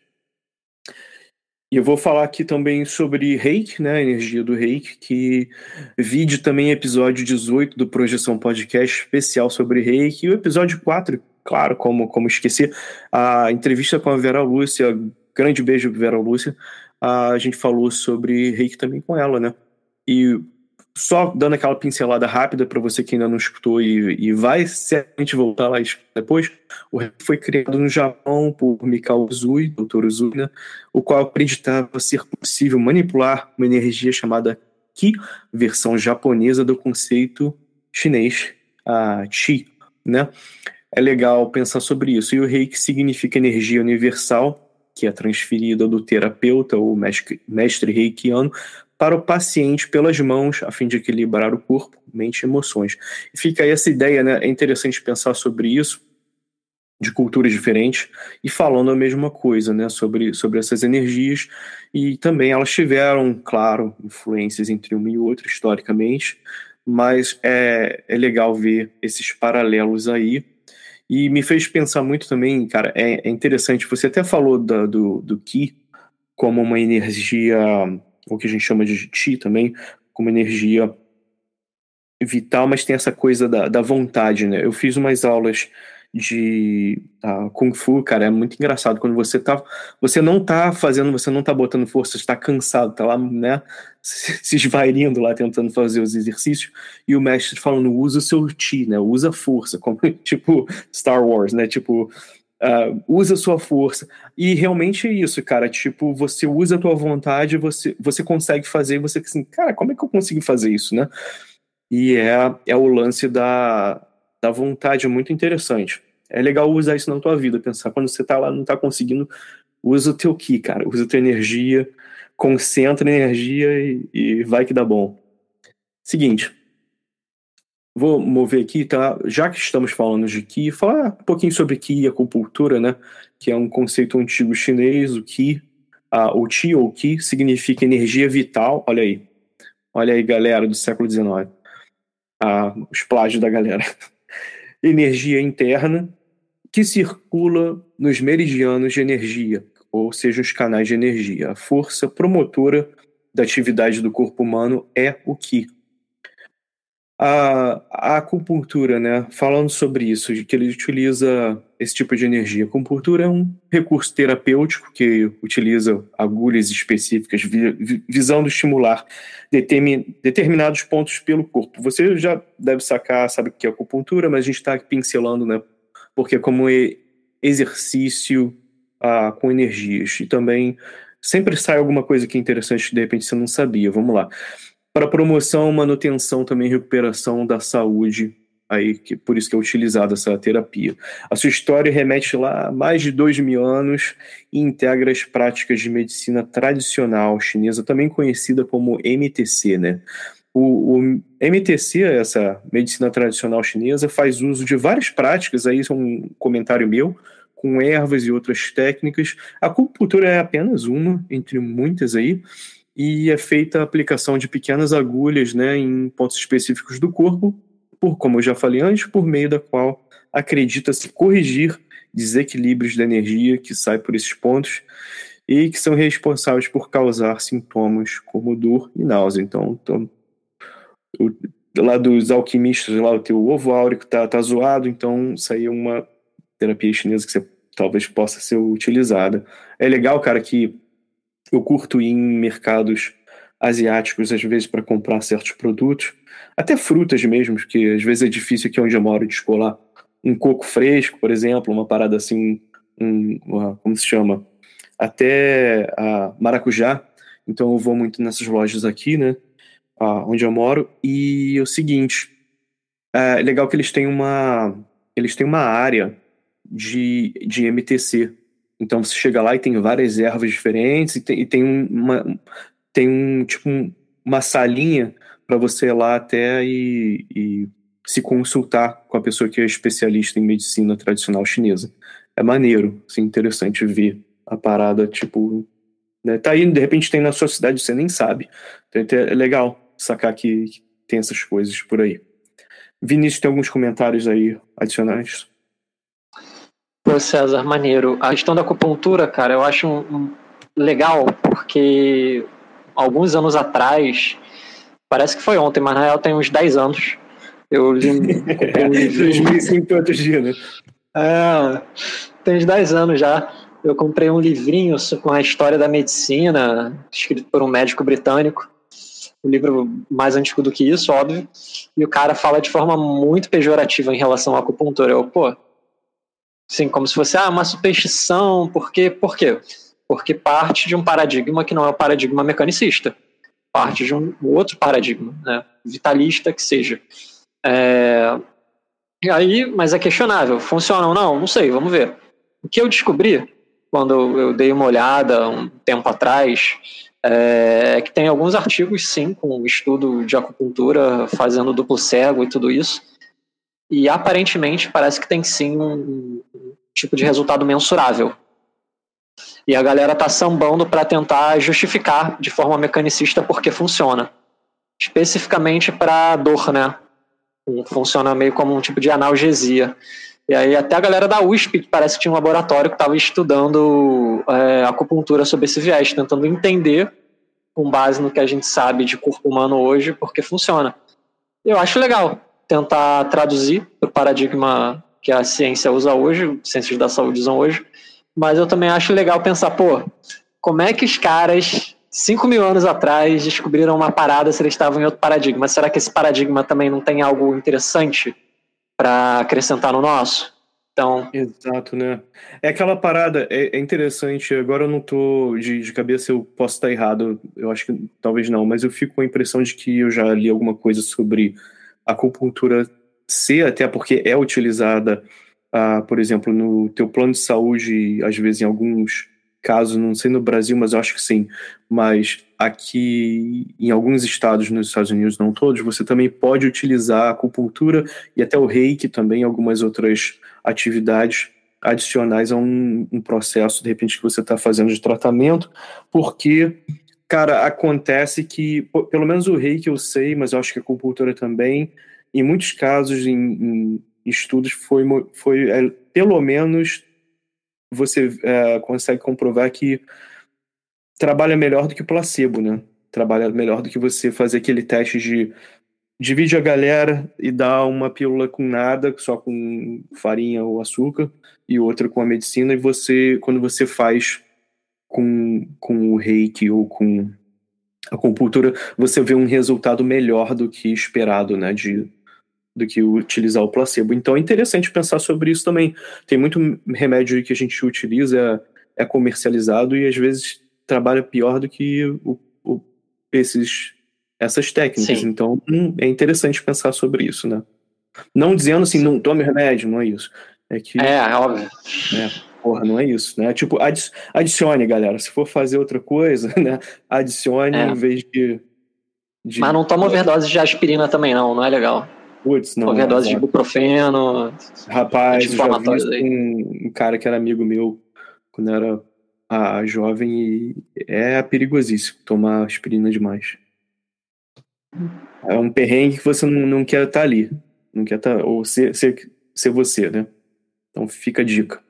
E eu vou falar aqui também sobre Reiki, né? A energia do Reiki, que vide também episódio 18 do Projeção Podcast especial sobre Reiki, e o episódio 4, claro, como esquecer, a entrevista com a Vera Lúcia, grande beijo Vera Lúcia, a gente falou sobre Reiki também com ela, né? E só dando aquela pincelada rápida para você que ainda não escutou e vai certamente voltar lá depois, o Reiki foi criado no Japão por Mikao Usui, Dr. Usui, né, o qual acreditava ser possível manipular uma energia chamada Ki, versão japonesa do conceito chinês, a Chi, né? É legal pensar sobre isso. E o Reiki significa energia universal, que é transferida do terapeuta ou mestre reikiano para o paciente pelas mãos, a fim de equilibrar o corpo, mente e emoções. E fica aí essa ideia, né? É interessante pensar sobre isso, de culturas diferentes, e falando a mesma coisa, né? Sobre essas energias, e também elas tiveram, claro, influências entre uma e outra historicamente, mas é legal ver esses paralelos aí. E me fez pensar muito também, cara, é interessante, você até falou do Qi como uma energia, o que a gente chama de Chi também, como energia vital, mas tem essa coisa da vontade, né? Eu fiz umas aulas de Kung Fu, cara, é muito engraçado quando você não tá fazendo, você não tá botando força, você tá cansado, tá lá, né, se esvairindo lá, tentando fazer os exercícios, e o mestre falando, usa o seu Chi, né, usa a força, como tipo Star Wars, né, tipo, usa a sua força, e realmente é isso, cara, tipo, você usa a tua vontade, você consegue fazer, você assim, cara, como é que eu consigo fazer isso, né? E é o lance da vontade, é muito interessante. É legal usar isso na tua vida, pensar quando você tá lá, não tá conseguindo, usa o teu Ki, cara, usa a tua energia, concentra a energia e vai que dá bom. Seguinte, vou mover aqui, tá? Já que estamos falando de Ki, falar um pouquinho sobre Ki e acupuntura, né? Que é um conceito antigo chinês, o Ki, o Qi ou Ki significa energia vital, olha aí, galera do século XIX. Os plágios da galera. Energia interna que circula nos meridianos de energia, ou seja, os canais de energia. A força promotora da atividade do corpo humano é o Qi. A acupuntura, né, falando sobre isso, de que ele utiliza esse tipo de energia. A acupuntura é um recurso terapêutico que utiliza agulhas específicas visando estimular determinados pontos pelo corpo. Você já deve sabe o que é acupuntura, mas a gente está pincelando, né, porque é como exercício com energias. E também sempre sai alguma coisa que é interessante que de repente você não sabia. Vamos lá. Para promoção, manutenção, também recuperação da saúde, aí, por isso que é utilizada essa terapia. A sua história remete lá a mais de 2.000 anos e integra as práticas de medicina tradicional chinesa, também conhecida como MTC, né? O MTC, essa medicina tradicional chinesa, faz uso de várias práticas, aí é um comentário meu, com ervas e outras técnicas. A acupuntura é apenas uma, entre muitas aí, e é feita a aplicação de pequenas agulhas, né, em pontos específicos do corpo, como eu já falei antes, por meio da qual acredita-se corrigir desequilíbrios da energia que sai por esses pontos e que são responsáveis por causar sintomas como dor e náusea. Então lá dos alquimistas, lá o teu ovo áurico tá zoado, então isso aí é uma terapia chinesa que você talvez possa ser utilizada. É legal, cara, que eu curto ir em mercados asiáticos, às vezes, para comprar certos produtos, até frutas mesmo, porque às vezes é difícil aqui onde eu moro descolar um coco fresco, por exemplo, uma parada assim, como se chama? Até maracujá. Então eu vou muito nessas lojas aqui, né, onde eu moro, e é o seguinte, é legal que eles têm uma área de MTC. Então você chega lá e tem várias ervas diferentes e tem uma salinha para você ir lá até e se consultar com a pessoa que é especialista em medicina tradicional chinesa. É maneiro, assim, interessante ver a parada, tipo, né? Tá aí, de repente tem na sua cidade, você nem sabe. Então é legal sacar que tem essas coisas por aí. Vinícius, tem alguns comentários aí adicionais? Pô, César, maneiro. A questão da acupuntura, cara, eu acho legal, porque alguns anos atrás, parece que foi ontem, mas na real tem uns 10 anos, eu li um 2005 outro dia, né? Tem uns 10 anos já. Eu comprei um livrinho com a história da medicina, escrito por um médico britânico. Um livro mais antigo do que isso, óbvio. E o cara fala de forma muito pejorativa em relação à acupuntura. Assim, como se fosse uma superstição. Por quê? Porque parte de um paradigma que não é o paradigma mecanicista. Parte de um outro paradigma, né? Vitalista que seja. Mas é questionável. Funciona ou não? Não sei, vamos ver. O que eu descobri, quando eu dei uma olhada um tempo atrás, é que tem alguns artigos, sim, com estudo de acupuntura, fazendo duplo cego e tudo isso. E aparentemente parece que tem sim um tipo de resultado mensurável. E a galera tá sambando para tentar justificar de forma mecanicista porque funciona. especificamente para dor, né? Funciona meio como um tipo de analgesia. E aí até a galera da USP, parece que tinha um laboratório que estava estudando acupuntura sob esse viés, tentando entender, com base no que a gente sabe de corpo humano hoje, porque funciona. Eu acho legal tentar traduzir para o paradigma que a ciência usa hoje, ciências da saúde usam hoje, mas eu também acho legal pensar, como é que os caras, 5.000 anos atrás, descobriram uma parada se eles estavam em outro paradigma? Será que esse paradigma também não tem algo interessante para acrescentar no nosso? Então... Exato, né? É aquela parada, é interessante, agora eu não tô de cabeça, eu posso estar errado, eu acho que talvez não, mas eu fico com a impressão de que eu já li alguma coisa sobre a acupuntura ser, até porque é utilizada, por exemplo, no teu plano de saúde, às vezes em alguns casos, não sei no Brasil, mas eu acho que sim, mas aqui em alguns estados nos Estados Unidos, não todos, você também pode utilizar a acupuntura e até o reiki também, algumas outras atividades adicionais a um processo, de repente, que você está fazendo de tratamento, porque, cara, acontece que, pelo menos o reiki eu sei, mas eu acho que a acupuntura também, em muitos casos, em estudos, foi pelo menos você consegue comprovar que trabalha melhor do que o placebo, né? Trabalha melhor do que você fazer aquele teste de divide a galera e dá uma pílula com nada, só com farinha ou açúcar, e outra com a medicina, e quando você faz com o reiki ou com a acupuntura, você vê um resultado melhor do que esperado, né? Do que utilizar o placebo. Então é interessante pensar sobre isso também. Tem muito remédio que a gente utiliza, é comercializado e às vezes trabalha pior do que essas técnicas. Sim. Então é interessante pensar sobre isso, né? Não dizendo assim, não tome remédio, não é isso. É que... É óbvio. Porra, não é isso, né? Tipo, adicione, galera. Se for fazer outra coisa, né? Adicione em vez de... Mas não toma overdose de aspirina também, não é legal. Putz, não. Overdose de ibuprofeno. Rapaz, eu já vi isso com um cara que era amigo meu quando era jovem e é perigosíssimo tomar aspirina demais. É um perrengue que você não quer estar ali. Não quer estar, ou ser você, né? Então fica a dica.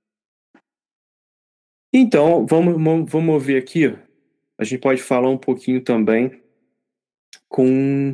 Então, vamos ver aqui. A gente pode falar um pouquinho também com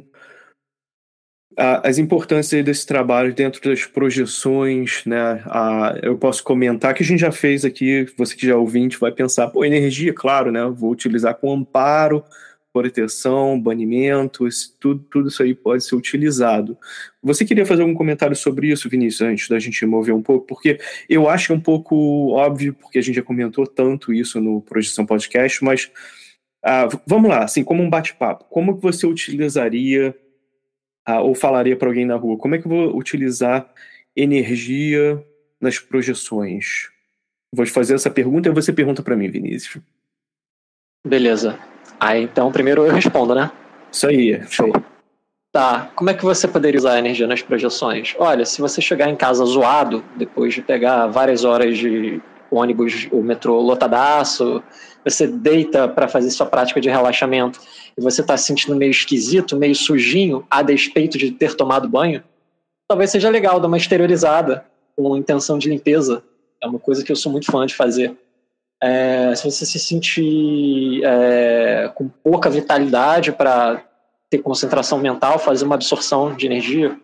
as importâncias desse trabalho dentro das projeções, né? Eu posso comentar que a gente já fez aqui, você que já é ouvinte vai pensar, energia, claro, né? Vou utilizar com amparo, proteção, banimento, tudo isso aí pode ser utilizado. Você queria fazer algum comentário sobre isso, Vinícius, antes da gente mover um pouco? Porque eu acho que é um pouco óbvio, porque a gente já comentou tanto isso no Projeção Podcast, mas vamos lá, assim, como um bate-papo, como que você utilizaria ou falaria para alguém na rua, como é que eu vou utilizar energia nas projeções? Vou te fazer essa pergunta e você pergunta para mim, Vinícius. Beleza. Aí, então, primeiro eu respondo, né? Isso aí. Show. Tá, como é que você poderia usar a energia nas projeções? Olha, se você chegar em casa zoado, depois de pegar várias horas de ônibus, o metrô lotadaço, você deita para fazer sua prática de relaxamento e você está se sentindo meio esquisito, meio sujinho, a despeito de ter tomado banho, talvez seja legal dar uma exteriorizada com intenção de limpeza. É uma coisa que eu sou muito fã de fazer. Se você se sentir com pouca vitalidade para ter concentração mental, fazer uma absorção de energia.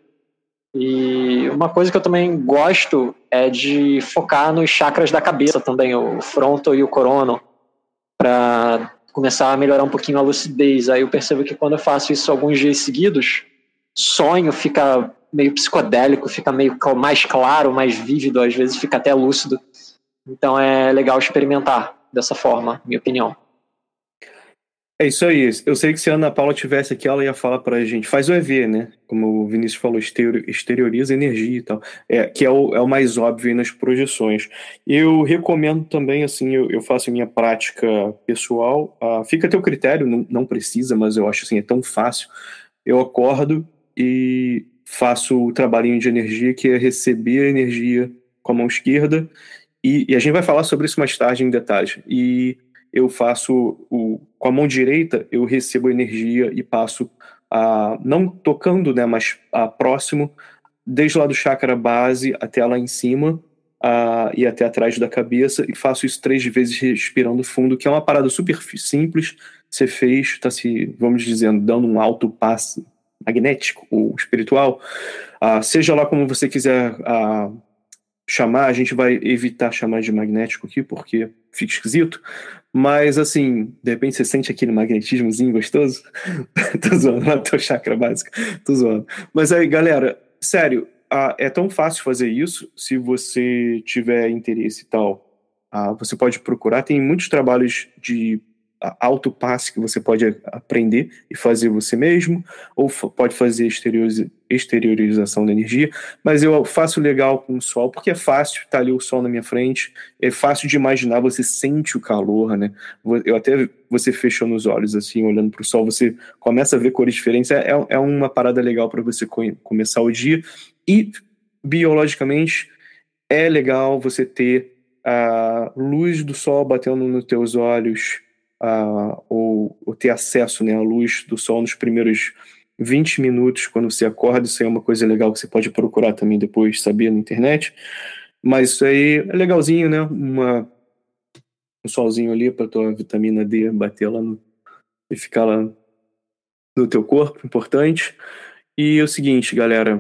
E uma coisa que eu também gosto é de focar nos chakras da cabeça também, o frontal e o corono, para começar a melhorar um pouquinho a lucidez. Aí eu percebo que quando eu faço isso alguns dias seguidos, sonho fica meio psicodélico, fica meio mais claro, mais vívido, às vezes fica até lúcido. Então é legal experimentar dessa forma, minha opinião. É isso aí. Eu sei que se a Ana Paula tivesse aqui, ela ia falar pra gente, faz o EV, né? Como o Vinícius falou, exterioriza energia e tal. Que é o mais óbvio aí nas projeções. Eu recomendo também, assim, eu faço a minha prática pessoal. Fica a teu critério, não precisa, mas eu acho assim, é tão fácil. Eu acordo e faço o trabalhinho de energia, que é receber a energia com a mão esquerda. E a gente vai falar sobre isso mais tarde em detalhes. E eu faço com a mão direita, eu recebo energia e passo não tocando, né, mas próximo, desde lá do chakra base até lá em cima, e até atrás da cabeça, e faço isso 3 vezes respirando fundo, que é uma parada super simples. Você fez, está se, vamos dizer, dando um alto passe magnético ou espiritual, seja lá como você quiser chamar. A gente vai evitar chamar de magnético aqui, porque fica esquisito, mas assim, de repente você sente aquele magnetismozinho gostoso. Tô zoando, lá teu chakra básico, tô zoando. Mas aí, galera, sério, é tão fácil fazer isso. Se você tiver interesse e tal, você pode procurar. Tem muitos trabalhos de autopasse que você pode aprender e fazer você mesmo, ou pode fazer exteriorização da energia, mas eu faço legal com o sol, porque é fácil, tá ali o sol na minha frente, é fácil de imaginar, você sente o calor, né? Você fechando os olhos assim, olhando para o sol, você começa a ver cores diferentes. É uma parada legal para você começar o dia. E biologicamente é legal você ter a luz do sol batendo nos teus olhos, ou ter acesso, né, à luz do sol nos primeiros 20 minutos quando você acorda. Isso aí é uma coisa legal que você pode procurar também depois, saber na internet. Mas isso aí é legalzinho, né? Um solzinho ali para tua vitamina D bater lá e ficar lá no teu corpo, importante. E é o seguinte, galera,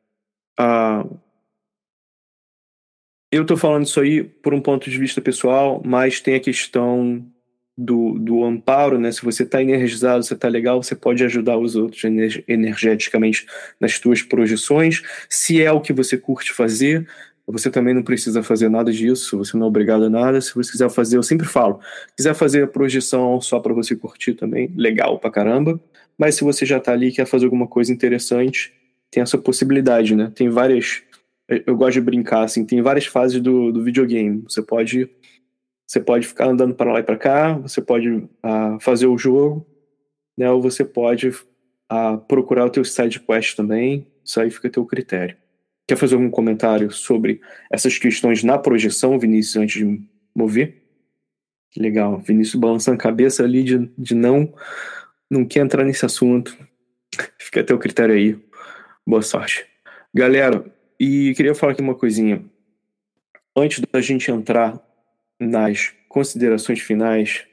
eu tô falando isso aí por um ponto de vista pessoal, mas tem a questão do amparo, né? Se você está energizado, você está legal, você pode ajudar os outros energeticamente nas tuas projeções. Se é o que você curte fazer, você também não precisa fazer nada disso, você não é obrigado a nada. Se você quiser fazer, eu sempre falo, quiser fazer a projeção só para você curtir também, legal pra caramba. Mas se você já está ali e quer fazer alguma coisa interessante, tem essa possibilidade, né? Tem várias... Eu gosto de brincar, assim, tem várias fases do videogame. Você pode ficar andando para lá e para cá, você pode fazer o jogo, né? Ou você pode procurar o teu side quest também. Isso aí fica a teu critério. Quer fazer algum comentário sobre essas questões na projeção, Vinícius, antes de mover? Legal, Vinícius balançando a cabeça ali de não quer entrar nesse assunto. Fica a teu critério aí. Boa sorte. Galera, e queria falar aqui uma coisinha. Antes da gente entrar nas considerações finais,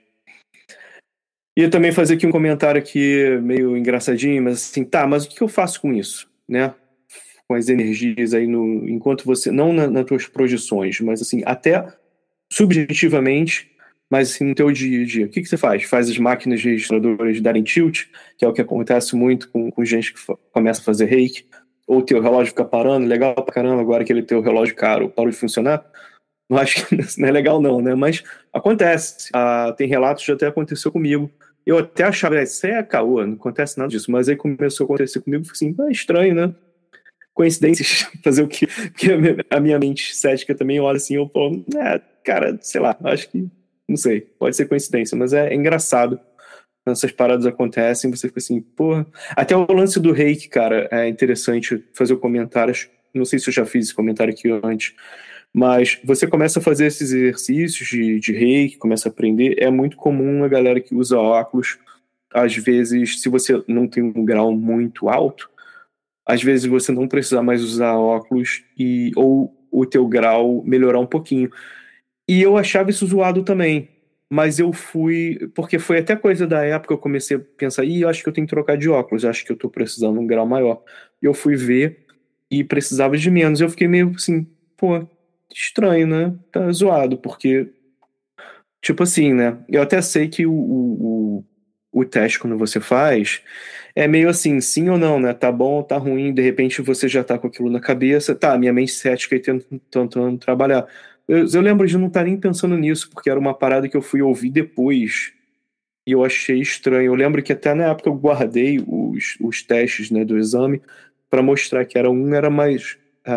ia também fazer aqui um comentário aqui meio engraçadinho, mas assim, mas o que eu faço com isso, né? Com as energias aí enquanto você, não nas tuas projeções, mas assim, até subjetivamente, mas assim, no teu dia a dia. O que você faz? Faz as máquinas registradoras darem tilt, que é o que acontece muito com gente que começa a fazer reiki, ou o teu relógio fica parando, legal pra caramba, agora aquele teu relógio caro parou de funcionar. Não acho que não é legal não, né? Mas acontece. Tem relatos que até aconteceu comigo. Eu até achava, isso é caô, não acontece nada disso. Mas aí começou a acontecer comigo, assim, estranho, né? Coincidências, fazer o quê? Porque a minha mente cética também olha assim, eu falo, cara, sei lá, acho que, não sei, pode ser coincidência, mas é engraçado. Essas paradas acontecem, você fica assim, porra. Até o lance do reiki, cara, é interessante fazer o comentário. Não sei se eu já fiz esse comentário aqui antes, mas você começa a fazer esses exercícios de reiki, começa a aprender. É muito comum a galera que usa óculos, às vezes, se você não tem um grau muito alto, às vezes você não precisa mais usar óculos ou o teu grau melhorar um pouquinho. E eu achava isso zoado também, mas eu fui, porque foi até coisa da época, eu comecei a pensar, eu acho que eu tenho que trocar de óculos, acho que eu tô precisando de um grau maior. E eu fui ver e precisava de menos. Eu fiquei meio assim, pô, estranho, né? Tá zoado, porque, tipo assim, né? Eu até sei que o teste, quando você faz, é meio assim, sim ou não, né? Tá bom ou tá ruim, de repente você já tá com aquilo na cabeça, minha mente cética aí tentando trabalhar. Eu lembro de não estar nem pensando nisso, porque era uma parada que eu fui ouvir depois, e eu achei estranho. Eu lembro que até na época eu guardei os testes, né, do exame, para mostrar que era mais...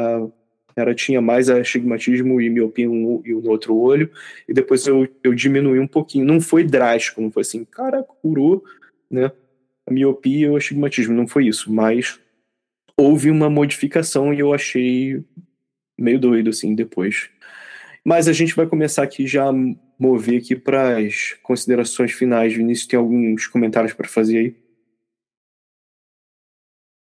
tinha mais astigmatismo e miopia e no outro olho, e depois eu diminuí um pouquinho. Não foi drástico, não foi assim, cara, curou, né, a miopia e o astigmatismo, não foi isso, mas houve uma modificação e eu achei meio doido, assim, depois. Mas a gente vai começar aqui já a mover aqui para as considerações finais. Vinícius, tem alguns comentários para fazer aí?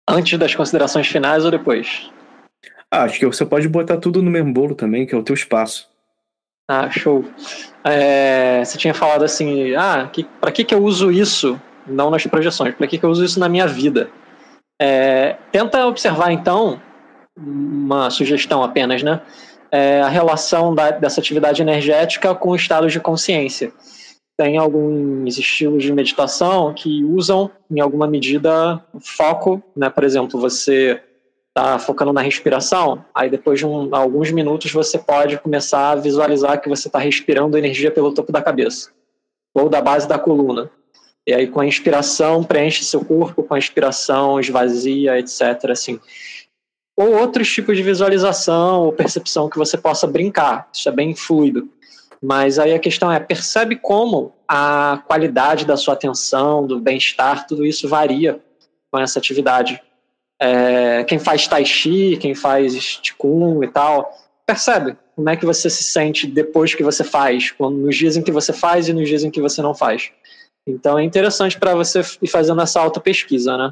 Antes das considerações finais ou depois? Acho que você pode botar tudo no mesmo bolo também, que é o teu espaço. Ah, show. Você tinha falado assim, para que eu uso isso? Não nas projeções, para que eu uso isso na minha vida? Tenta observar, então, uma sugestão apenas, né? A relação dessa atividade energética com o estado de consciência. Tem alguns estilos de meditação que usam, em alguma medida, foco, né? Por exemplo, você está focando na respiração, aí depois de alguns minutos você pode começar a visualizar que você está respirando energia pelo topo da cabeça, ou da base da coluna. E aí com a inspiração preenche seu corpo, com a expiração esvazia, etc. Assim. Ou outros tipos de visualização ou percepção que você possa brincar. Isso é bem fluido. Mas aí a questão percebe como a qualidade da sua atenção, do bem-estar, tudo isso varia com essa atividade. Quem faz tai chi, quem faz qigong e tal, percebe como é que você se sente depois que você faz, nos dias em que você faz e nos dias em que você não faz. Então é interessante para você ir fazendo essa autopesquisa, né?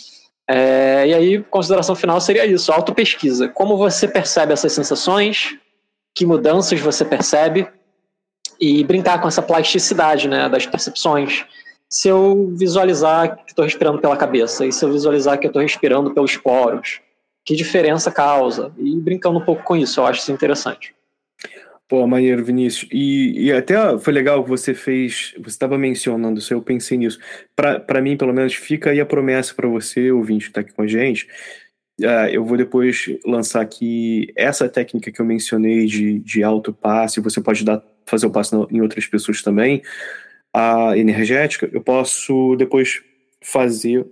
E aí, consideração final seria isso, autopesquisa. Como você percebe essas sensações, que mudanças você percebe, e brincar com essa plasticidade, né, das percepções. Se eu visualizar que estou respirando pela cabeça, e se eu visualizar que eu estou respirando pelos poros, que diferença causa? E brincando um pouco com isso, eu acho isso interessante. Pô, maneiro, Vinícius. E até foi legal que você fez, você estava mencionando isso, eu pensei nisso. Para mim, pelo menos, fica aí a promessa para você, ouvinte que está aqui com a gente. Eu vou depois lançar aqui essa técnica que eu mencionei de autopasse, você pode fazer o passe em outras pessoas também, a energética. Eu posso depois fazer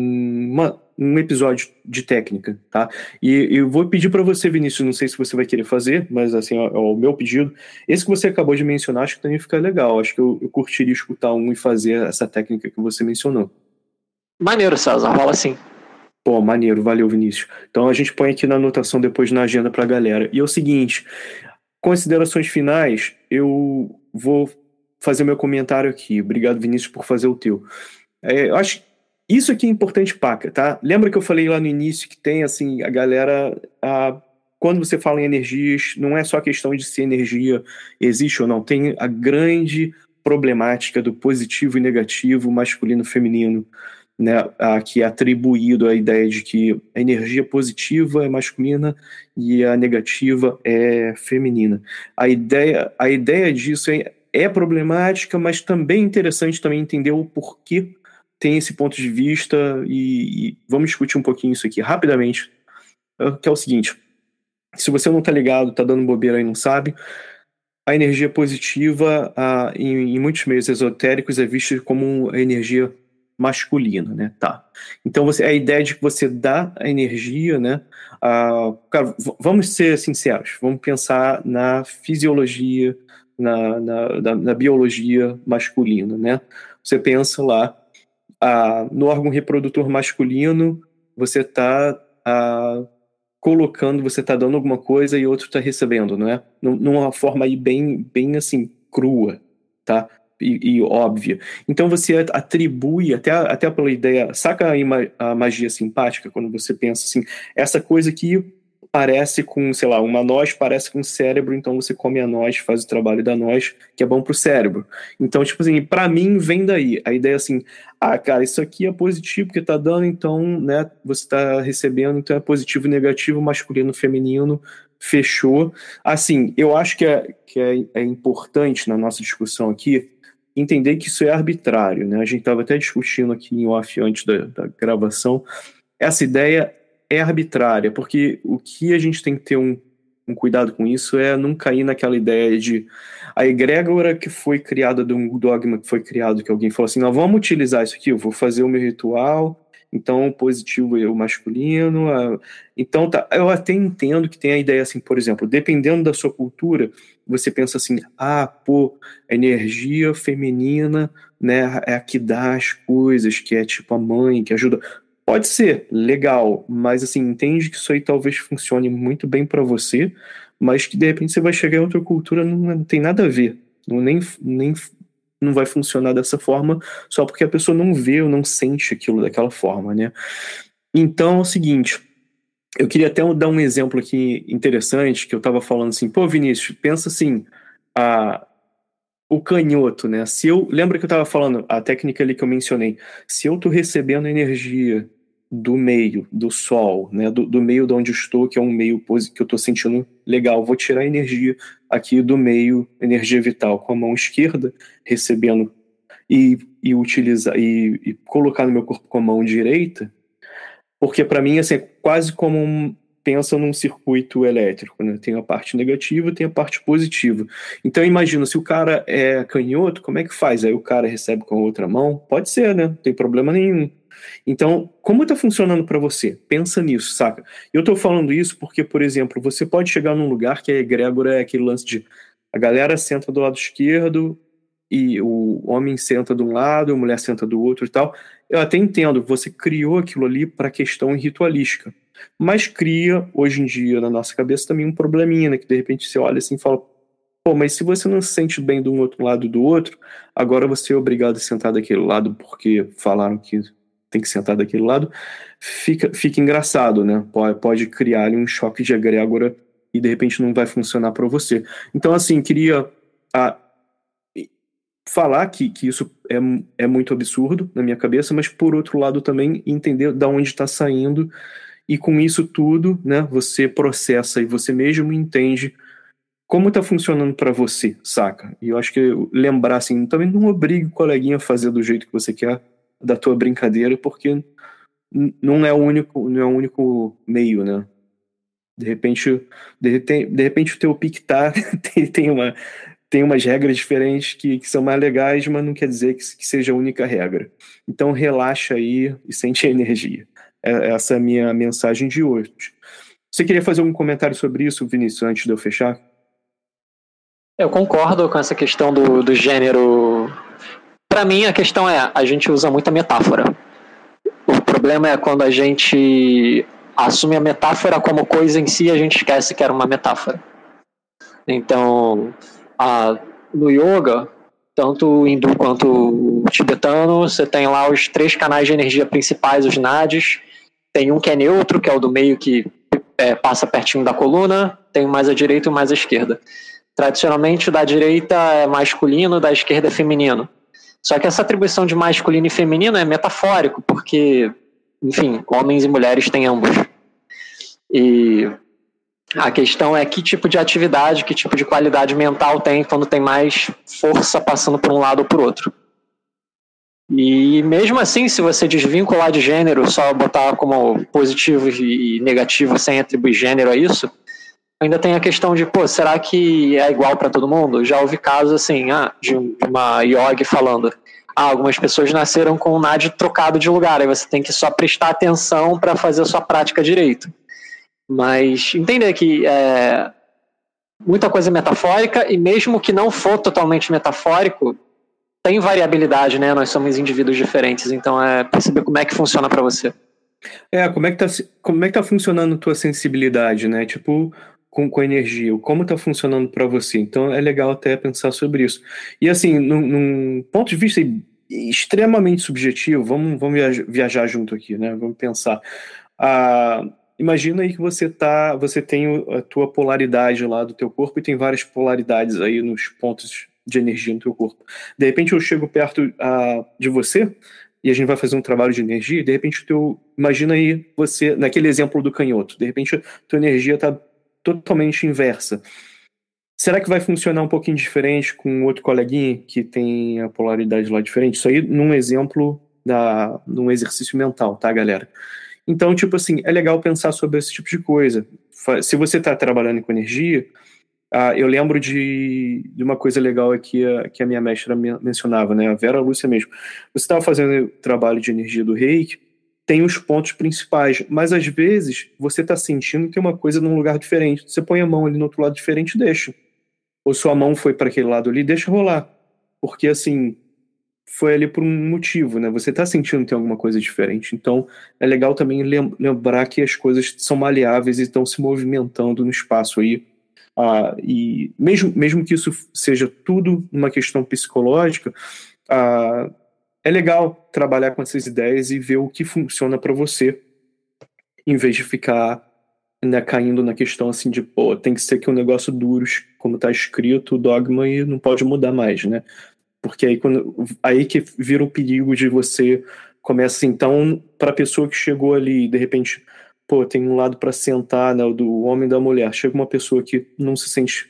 um episódio de técnica, tá? E eu vou pedir para você, Vinícius, não sei se você vai querer fazer, mas assim, é o meu pedido. Esse que você acabou de mencionar, acho que também fica legal. Acho que eu curtiria escutar e fazer essa técnica que você mencionou. Maneiro, César, rola sim. Pô, maneiro, valeu, Vinícius. Então a gente põe aqui na anotação depois na agenda pra galera. E é o seguinte, considerações finais, eu vou fazer meu comentário aqui. Obrigado, Vinícius, por fazer o teu. Eu acho que isso aqui é importante, paca, tá? Lembra que eu falei lá no início que tem, assim, a galera... quando você fala em energias, não é só questão de se energia existe ou não. Tem a grande problemática do positivo e negativo, masculino e feminino, né, que é atribuído à ideia de que a energia positiva é masculina e a negativa é feminina. A ideia disso é problemática, mas também é interessante também entender o porquê tem esse ponto de vista e vamos discutir um pouquinho isso aqui rapidamente, que é o seguinte: se você não está ligado, está dando bobeira e não sabe, a energia positiva em muitos meios esotéricos é vista como a energia masculina, né? Tá. Então a ideia de que você dá a energia, né? Cara, vamos ser sinceros, vamos pensar na fisiologia, na biologia masculina, né? Você pensa lá no órgão reprodutor masculino, você está colocando, você está dando alguma coisa e outro está recebendo, não é? Numa forma aí bem assim, crua, tá? E óbvia. Então você atribui, até pela ideia, saca a magia simpática, quando você pensa assim, essa coisa que parece com, sei lá, uma noz parece com um cérebro, então você come a noz, faz o trabalho da noz, que é bom pro cérebro. Então, tipo assim, pra mim vem daí, a ideia assim, cara, isso aqui é positivo porque tá dando, então, né, você tá recebendo, então é positivo e negativo, masculino, feminino, fechou. Assim, eu acho que é importante na nossa discussão aqui entender que isso é arbitrário, né? A gente estava até discutindo aqui em off antes da gravação. Essa ideia é arbitrária, porque o que a gente tem que ter um cuidado com isso é não cair naquela ideia de a egrégora que foi criada, de um dogma que foi criado, que alguém falou assim, não, vamos utilizar isso aqui, eu vou fazer o meu ritual, então o positivo é o masculino. Então tá, eu até entendo que tem a ideia assim, por exemplo, dependendo da sua cultura, você pensa assim, a energia feminina, né, é a que dá as coisas, que é tipo a mãe, que ajuda. Pode ser, legal, mas assim, entende que isso aí talvez funcione muito bem para você, mas que de repente você vai chegar em outra cultura, não tem nada a ver, não vai funcionar dessa forma, só porque a pessoa não vê ou não sente aquilo daquela forma, né? Então é o seguinte, eu queria até dar um exemplo aqui interessante, que eu estava falando assim, pô, Vinícius, pensa assim, o canhoto, né? Lembra que eu estava falando, a técnica ali que eu mencionei, se eu estou recebendo energia do meio, do sol, né? Do meio de onde eu estou, que é um meio que eu estou sentindo legal, vou tirar a energia aqui do meio, energia vital, com a mão esquerda, recebendo e utilizar e colocar no meu corpo com a mão direita, porque para mim assim, é quase como pensa num circuito elétrico, né? Tem a parte negativa, tem a parte positiva. Então imagina, se o cara é canhoto, como é que faz? Aí o cara recebe com a outra mão? Pode ser, né? Não tem problema nenhum. Então, como está funcionando para você? Pensa nisso, saca? Eu estou falando isso porque, por exemplo, você pode chegar num lugar que a egrégora é aquele lance de a galera senta do lado esquerdo e o homem senta de um lado, a mulher senta do outro e tal. Eu até entendo, você criou aquilo ali para questão ritualística, mas cria, hoje em dia, na nossa cabeça também um probleminha, né? Que de repente você olha assim e fala, pô, mas se você não se sente bem de um outro lado do outro, agora você é obrigado a sentar daquele lado porque falaram que tem que sentar daquele lado, fica engraçado, né? Pode criar ali um choque de egrégora e de repente não vai funcionar para você. Então, assim, queria falar que isso é muito absurdo na minha cabeça, mas por outro lado também entender de onde está saindo, e com isso tudo, né, você processa e você mesmo entende como está funcionando para você, saca? E eu acho que lembrar assim, também não obrigue o coleguinha a fazer do jeito que você quer da tua brincadeira, porque não é o único meio, né? De repente o teu pictar tem umas regras diferentes que são mais legais, mas não quer dizer que seja a única regra. Então relaxa aí e sente a energia. Essa é a minha mensagem de hoje. Você queria fazer algum comentário sobre isso, Vinícius, antes de eu fechar? Eu concordo com essa questão do gênero. Para mim, a questão é, a gente usa muita metáfora. O problema é quando a gente assume a metáfora como coisa em si, a gente esquece que era uma metáfora. Então, no yoga, tanto o hindu quanto o tibetano, você tem lá os 3 canais de energia principais, os nadis. Tem um que é neutro, que é o do meio que passa pertinho da coluna. Tem um mais à direita e um mais à esquerda. Tradicionalmente, o da direita é masculino, da esquerda é feminino. Só que essa atribuição de masculino e feminino é metafórico, porque, enfim, homens e mulheres têm ambos. E a questão é que tipo de atividade, que tipo de qualidade mental tem quando tem mais força passando por um lado ou por outro. E mesmo assim, se você desvincular de gênero, só botar como positivo e negativo sem atribuir gênero a isso, ainda tem a questão de, pô, será que é igual para todo mundo? Já ouvi casos assim, de uma yogi falando, algumas pessoas nasceram com o nadi trocado de lugar, aí você tem que só prestar atenção para fazer a sua prática direito. Mas entender que muita coisa é metafórica, e mesmo que não for totalmente metafórico, tem variabilidade, né? Nós somos indivíduos diferentes, então perceber como é que funciona para você. Como é que tá funcionando a tua sensibilidade, né? Tipo, com a energia, como tá funcionando para você. Então é legal até pensar sobre isso. E assim, num ponto de vista extremamente subjetivo, vamos viajar junto aqui, né? Vamos pensar. Imagina aí que você tem a tua polaridade lá do teu corpo e tem várias polaridades aí nos pontos de energia no teu corpo. De repente eu chego perto de você e a gente vai fazer um trabalho de energia, e de repente imagina aí você, naquele exemplo do canhoto, de repente a tua energia está totalmente inversa. Será que vai funcionar um pouquinho diferente com outro coleguinha que tem a polaridade lá diferente? Isso aí num exemplo num exercício mental, tá, galera? Então, tipo assim, é legal pensar sobre esse tipo de coisa. Se você está trabalhando com energia, eu lembro de uma coisa legal aqui que a minha mestra mencionava, né? A Vera Lúcia mesmo. Você estava fazendo o trabalho de energia do Reiki, tem os pontos principais, mas às vezes você está sentindo que tem uma coisa num lugar diferente. Você põe a mão ali no outro lado diferente e deixa. Ou sua mão foi para aquele lado ali, deixa rolar. Porque assim, foi ali por um motivo, né? Você está sentindo que tem alguma coisa diferente. Então, é legal também lembrar que as coisas são maleáveis e estão se movimentando no espaço aí. E mesmo que isso seja tudo uma questão psicológica, é legal trabalhar com essas ideias e ver o que funciona para você. em vez de ficar, né, caindo na questão assim de, pô, tem que ser que um negócio duro, como está escrito, o dogma, e não pode mudar mais, né? Porque aí que vira o perigo de você começa, então, para a pessoa que chegou ali, de repente, pô, tem um lado para sentar, né, do homem e da mulher, chega uma pessoa que não se sente,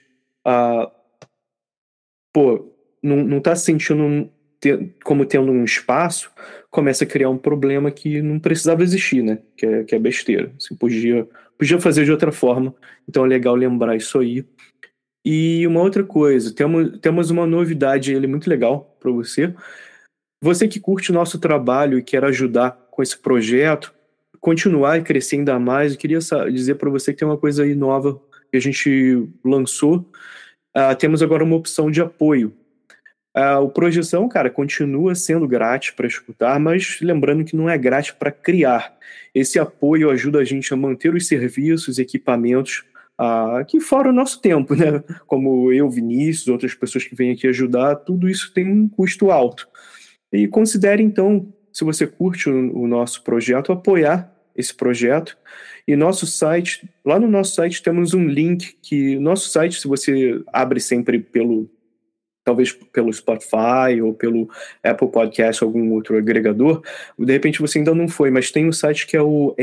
não está se sentindo como tendo um espaço, começa a criar um problema que não precisava existir, né, que é besteira, assim, podia fazer de outra forma, então é legal lembrar isso aí. E uma outra coisa, temos uma novidade ele muito legal para você. Você que curte o nosso trabalho e quer ajudar com esse projeto, continuar e crescer ainda mais, eu queria dizer para você que tem uma coisa aí nova que a gente lançou. Temos agora uma opção de apoio. O Projeção, cara, continua sendo grátis para escutar, mas lembrando que não é grátis para criar. Esse apoio ajuda a gente a manter os serviços, equipamentos, que fora o nosso tempo, né? Como eu, Vinícius, outras pessoas que vêm aqui ajudar, tudo isso tem um custo alto. E considere, então, se você curte o nosso projeto, apoiar esse projeto. E lá no nosso site temos um link nosso site, se você abre sempre talvez pelo Spotify ou pelo Apple Podcast, algum outro agregador, de repente você ainda não foi, mas tem um site que é o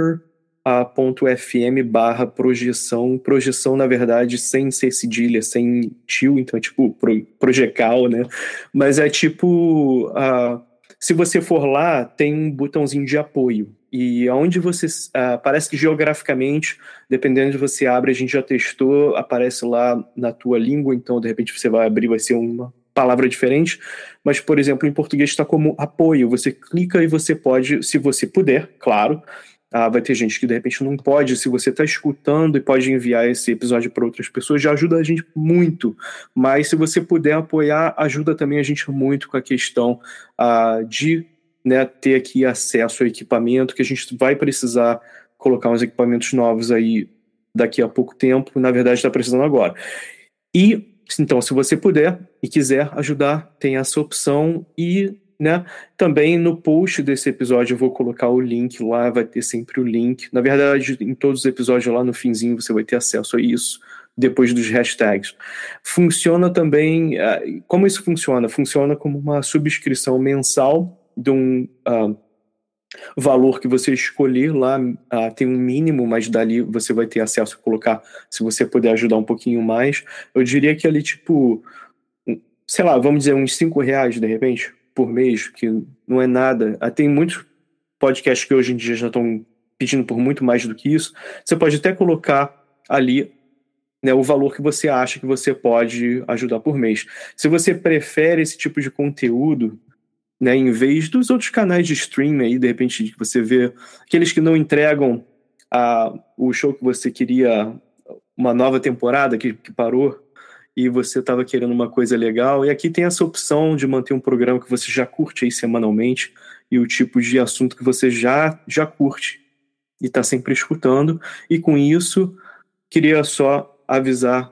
anchor.fm/projeção, projeção na verdade sem ser cedilha, sem tio, então é tipo projecal, né? Mas é tipo, se você for lá, tem um botãozinho de apoio, e onde você, parece que geograficamente, dependendo de você abre, a gente já testou, aparece lá na tua língua, então de repente você vai abrir, vai ser uma palavra diferente, mas, por exemplo, em português está como apoio, você clica e você pode, se você puder, claro, vai ter gente que de repente não pode, se você está escutando e pode enviar esse episódio para outras pessoas, já ajuda a gente muito, mas se você puder apoiar, ajuda também a gente muito com a questão de, né, ter aqui acesso ao equipamento, que a gente vai precisar colocar uns equipamentos novos aí daqui a pouco tempo, na verdade está precisando agora. E, então, se você puder e quiser ajudar, tem essa opção e, né, também no post desse episódio eu vou colocar o link lá, vai ter sempre o link. Na verdade, em todos os episódios lá no finzinho você vai ter acesso a isso, depois dos hashtags. Funciona também, como isso funciona? Funciona como uma subscrição mensal de um valor que você escolher lá, tem um mínimo, mas dali você vai ter acesso a colocar, se você puder ajudar um pouquinho mais. Eu diria que ali, tipo, sei lá, vamos dizer uns R$5 de repente, por mês, que não é nada. Tem muitos podcasts que hoje em dia já estão pedindo por muito mais do que isso. Você pode até colocar ali, né, o valor que você acha que você pode ajudar por mês. Se você prefere esse tipo de conteúdo, né, em vez dos outros canais de streaming aí, de repente você vê aqueles que não entregam o show que você queria, uma nova temporada que parou, e você estava querendo uma coisa legal, e aqui tem essa opção de manter um programa que você já curte aí semanalmente, e o tipo de assunto que você já curte, e está sempre escutando, e com isso, queria só avisar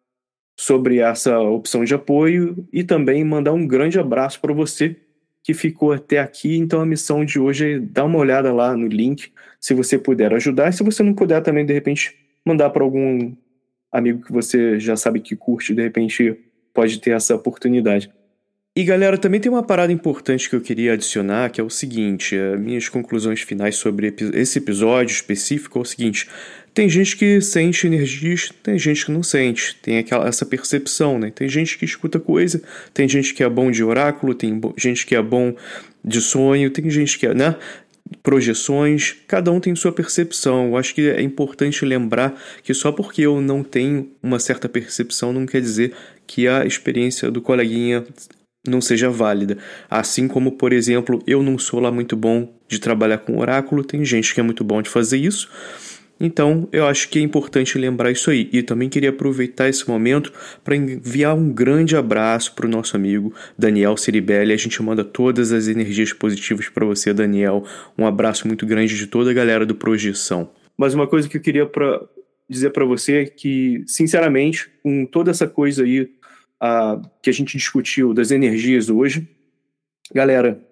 sobre essa opção de apoio, e também mandar um grande abraço para você, que ficou até aqui. Então a missão de hoje é dar uma olhada lá no link, se você puder ajudar, e se você não puder também, de repente, mandar para algum amigo que você já sabe que curte, de repente pode ter essa oportunidade. E galera, também tem uma parada importante que eu queria adicionar, que é o seguinte, minhas conclusões finais sobre esse episódio específico é o seguinte: tem gente que sente energias, tem gente que não sente, tem essa percepção, né? Tem gente que escuta coisa, tem gente que é bom de oráculo, tem gente que é bom de sonho, tem gente que é, né, projeções, cada um tem sua percepção. Eu acho que é importante lembrar que só porque eu não tenho uma certa percepção não quer dizer que a experiência do coleguinha não seja válida. Assim como, por exemplo, eu não sou lá muito bom de trabalhar com oráculo, tem gente que é muito bom de fazer isso. Então, eu acho que é importante lembrar isso aí. E também queria aproveitar esse momento para enviar um grande abraço para o nosso amigo Daniel Ciribelli. A gente manda todas as energias positivas para você, Daniel. Um abraço muito grande de toda a galera do Projeção. Mas uma coisa que eu queria dizer para você é que, sinceramente, com toda essa coisa aí que a gente discutiu das energias hoje, galera,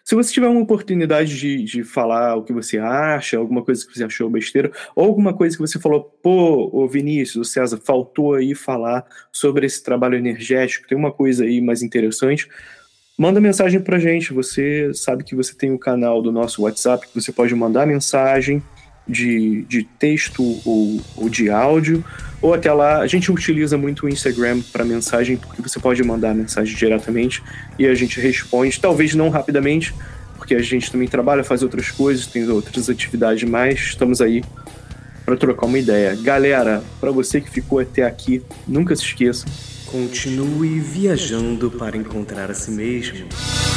Se você tiver uma oportunidade de falar o que você acha, alguma coisa que você achou besteira, ou alguma coisa que você falou, pô, ô Vinícius, César, faltou aí falar sobre esse trabalho energético, tem uma coisa aí mais interessante, manda mensagem pra gente. Você sabe que você tem o canal do nosso WhatsApp, que você pode mandar mensagem de texto ou de áudio, ou até lá, a gente utiliza muito o Instagram para mensagem, porque você pode mandar mensagem diretamente e a gente responde, talvez não rapidamente, porque a gente também trabalha, faz outras coisas, tem outras atividades, mas estamos aí para trocar uma ideia. Galera, para você que ficou até aqui, nunca se esqueça, continue viajando para encontrar a si mesmo.